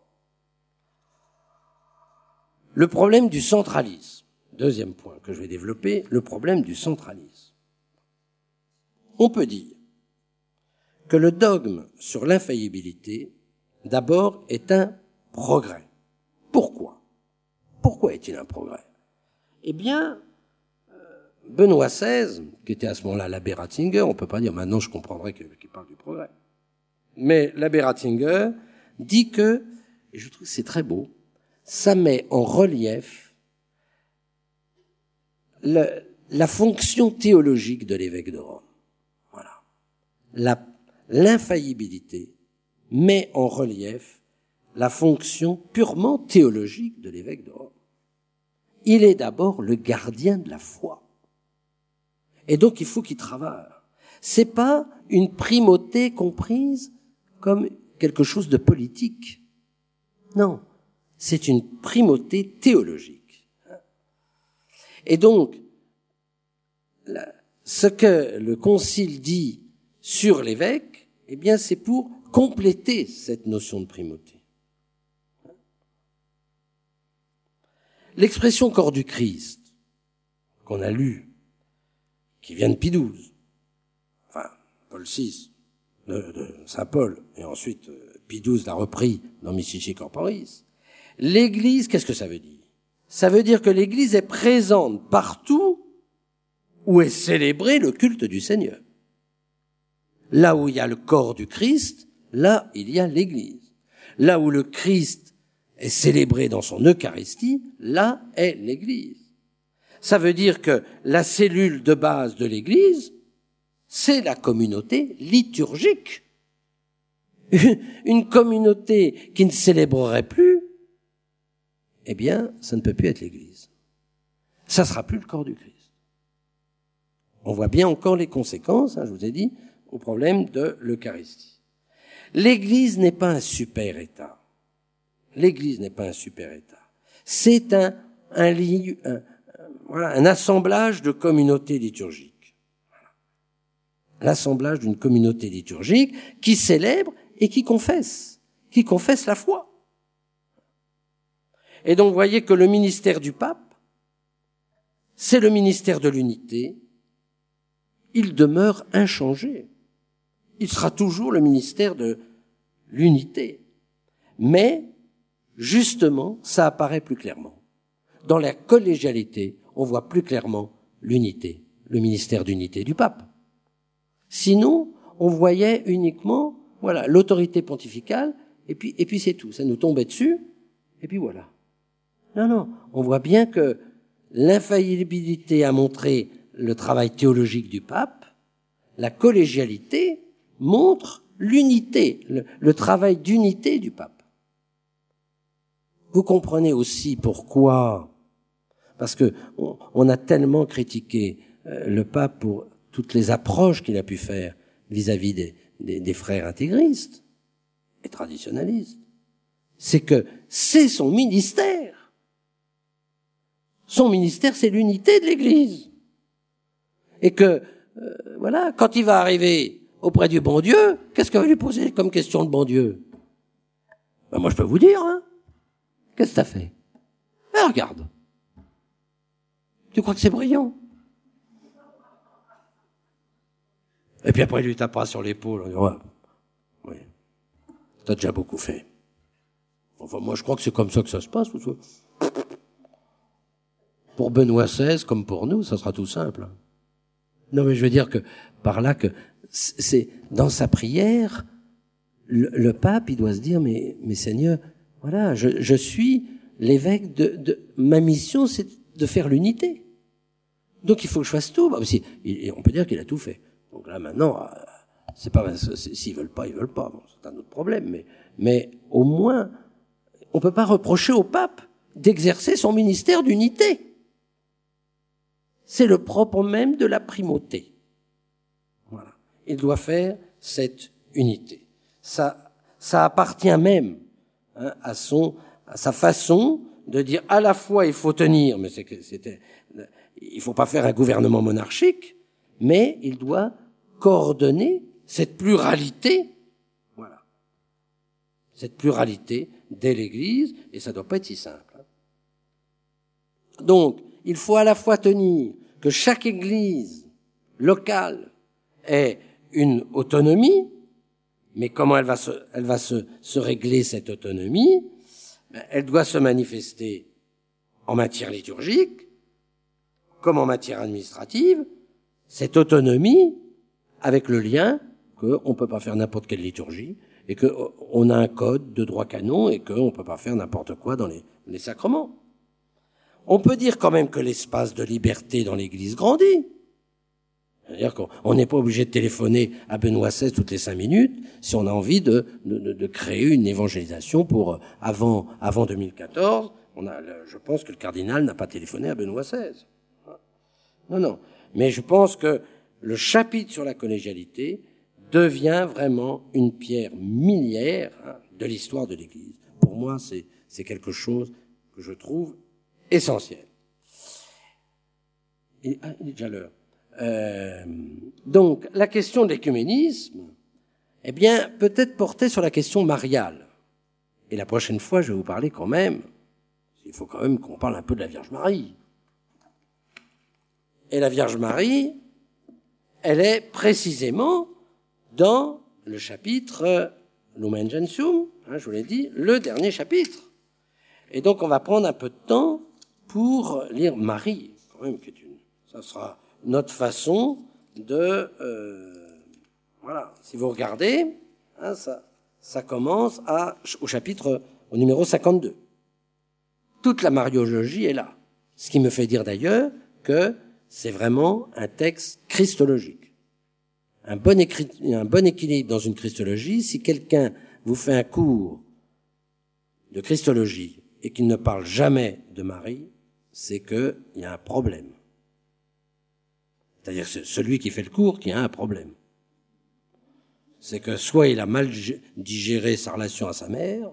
S1: Le problème du centralisme, deuxième point que je vais développer, le problème du centralisme. On peut dire que le dogme sur l'infaillibilité, d'abord, est un progrès. Pourquoi? Pourquoi est-il un progrès? Eh bien, Benoît seize, qui était à ce moment-là l'abbé Ratzinger, on ne peut pas dire maintenant je comprendrais qu'il parle du progrès. Mais l'abbé Ratzinger dit que, et je trouve que c'est très beau, ça met en relief le, la fonction théologique de l'évêque de Rome. Voilà. La, l'infaillibilité met en relief la fonction purement théologique de l'évêque de Rome. Il est d'abord le gardien de la foi. Et donc, il faut qu'il travaille. C'est pas une primauté comprise comme quelque chose de politique. Non. C'est une primauté théologique. Et donc, la, ce que le Concile dit sur l'évêque, eh bien, c'est pour compléter cette notion de primauté. L'expression corps du Christ, qu'on a lue, qui vient de Pie douze, enfin, Paul six, de, de Saint Paul, et ensuite Pie douze l'a repris dans Mystici Corporis. L'Église, qu'est-ce que ça veut dire? Ça veut dire que l'Église est présente partout où est célébré le culte du Seigneur. Là où il y a le corps du Christ, là il y a l'Église. Là où le Christ est célébré dans son Eucharistie, là est l'Église. Ça veut dire que la cellule de base de l'Église, c'est la communauté liturgique. une communauté qui ne célébrerait plus, eh bien, ça ne peut plus être l'Église. Ça ne sera plus le corps du Christ. On voit bien encore les conséquences, hein, je vous ai dit, au problème de l'Eucharistie. L'Église n'est pas un super État. L'Église n'est pas un super État. C'est un, un, un, un, voilà, un assemblage de communautés liturgiques. Voilà. L'assemblage d'une communauté liturgique qui célèbre et qui confesse, qui confesse la foi. Et donc, vous voyez que le ministère du pape, c'est le ministère de l'unité. Il demeure inchangé. Il sera toujours le ministère de l'unité. Mais, justement, ça apparaît plus clairement. Dans la collégialité, on voit plus clairement l'unité, le ministère d'unité du pape. Sinon, on voyait uniquement, voilà, l'autorité pontificale, et puis, et puis c'est tout. Ça nous tombait dessus, et puis voilà. Non, non, on voit bien que l'infaillibilité a montré le travail théologique du pape, la collégialité montre l'unité, le, le travail d'unité du pape. Vous comprenez aussi pourquoi, parce que on, on a tellement critiqué euh, le pape pour toutes les approches qu'il a pu faire vis-à-vis des, des, des frères intégristes et traditionalistes. C'est que c'est son ministère. Son ministère, c'est l'unité de l'Église. Et que, euh, voilà, quand il va arriver auprès du bon Dieu, qu'est-ce qu'on va lui poser comme question de bon Dieu? Ben moi, je peux vous dire, hein. Qu'est-ce que t'as fait? Eh, regarde. Tu crois que c'est brillant? Et puis après, il lui tapera sur l'épaule. On dit, ouais, oui, t'as déjà beaucoup fait. Enfin, moi, je crois que c'est comme ça que ça se passe. Pour Benoît seize, comme pour nous, ça sera tout simple. Non, mais je veux dire que, par là, que c'est, dans sa prière, le, le pape, il doit se dire, mais, mais Seigneur, voilà, je, je suis l'évêque de, de, ma mission, c'est de faire l'unité. Donc, il faut que je fasse tout. Bah, si, il, on peut dire qu'il a tout fait. Donc là, maintenant, euh, c'est pas, c'est, s'ils veulent pas, ils veulent pas. Bon, c'est un autre problème. Mais, mais au moins, on peut pas reprocher au pape d'exercer son ministère d'unité. C'est le propre même de la primauté. Voilà. Il doit faire cette unité. Ça, ça appartient même, hein, à son, à sa façon de dire à la fois il faut tenir, mais c'est que c'était, il faut pas faire un gouvernement monarchique, mais il doit coordonner cette pluralité, voilà, cette pluralité dès l'Église, et ça doit pas être si simple. Donc, il faut à la fois tenir que chaque Église locale ait une autonomie, mais comment elle va se, elle va se, se régler cette autonomie? Elle doit se manifester en matière liturgique, comme en matière administrative, cette autonomie avec le lien qu'on ne peut pas faire n'importe quelle liturgie et qu'on a un code de droit canon et qu'on ne peut pas faire n'importe quoi dans les, les sacrements. On peut dire quand même que l'espace de liberté dans l'Église grandit. C'est-à-dire qu'on n'est pas obligé de téléphoner à Benoît seize toutes les cinq minutes si on a envie de, de, de créer une évangélisation pour avant, avant deux mille quatorze. On a, je pense que le cardinal n'a pas téléphoné à Benoît seize. Non, non. Mais je pense que le chapitre sur la collégialité devient vraiment une pierre miliaire, hein, de l'histoire de l'Église. Pour moi, c'est, c'est quelque chose que je trouve essentiel. Et, ah, il est déjà l'heure. Euh, donc, la question de l'écuménisme, eh bien, peut-être portée sur la question mariale. Et la prochaine fois, je vais vous parler quand même, il faut quand même qu'on parle un peu de la Vierge Marie. Et la Vierge Marie, elle est précisément dans le chapitre Lumen Gentium, hein, je vous l'ai dit, le dernier chapitre. Et donc, on va prendre un peu de temps pour lire Marie, quand même, qui est une, ça sera notre façon de, euh, voilà, si vous regardez, hein, ça, ça commence à, au chapitre, au numéro cinquante-deux. Toute la mariologie est là. Ce qui me fait dire d'ailleurs que c'est vraiment un texte christologique. un bon, écrit, un bon équilibre dans une christologie. Si quelqu'un vous fait un cours de christologie et qu'il ne parle jamais de Marie, c'est qu'il y a un problème. C'est-à-dire que c'est celui qui fait le cours qui a un problème. C'est que soit il a mal digéré sa relation à sa mère,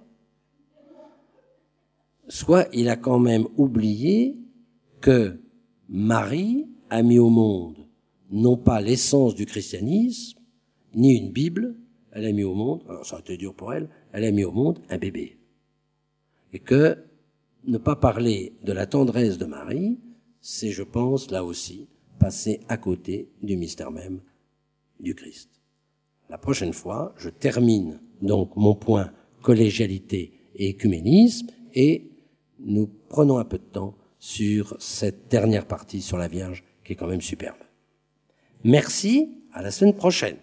S1: soit il a quand même oublié que Marie a mis au monde non pas l'essence du christianisme, ni une Bible, elle a mis au monde, alors ça a été dur pour elle, elle a mis au monde un bébé. Et que ne pas parler de la tendresse de Marie, c'est, je pense, là aussi, passer à côté du mystère même du Christ. La prochaine fois, je termine donc mon point collégialité et œcuménisme et nous prenons un peu de temps sur cette dernière partie sur la Vierge qui est quand même superbe. Merci, à la semaine prochaine.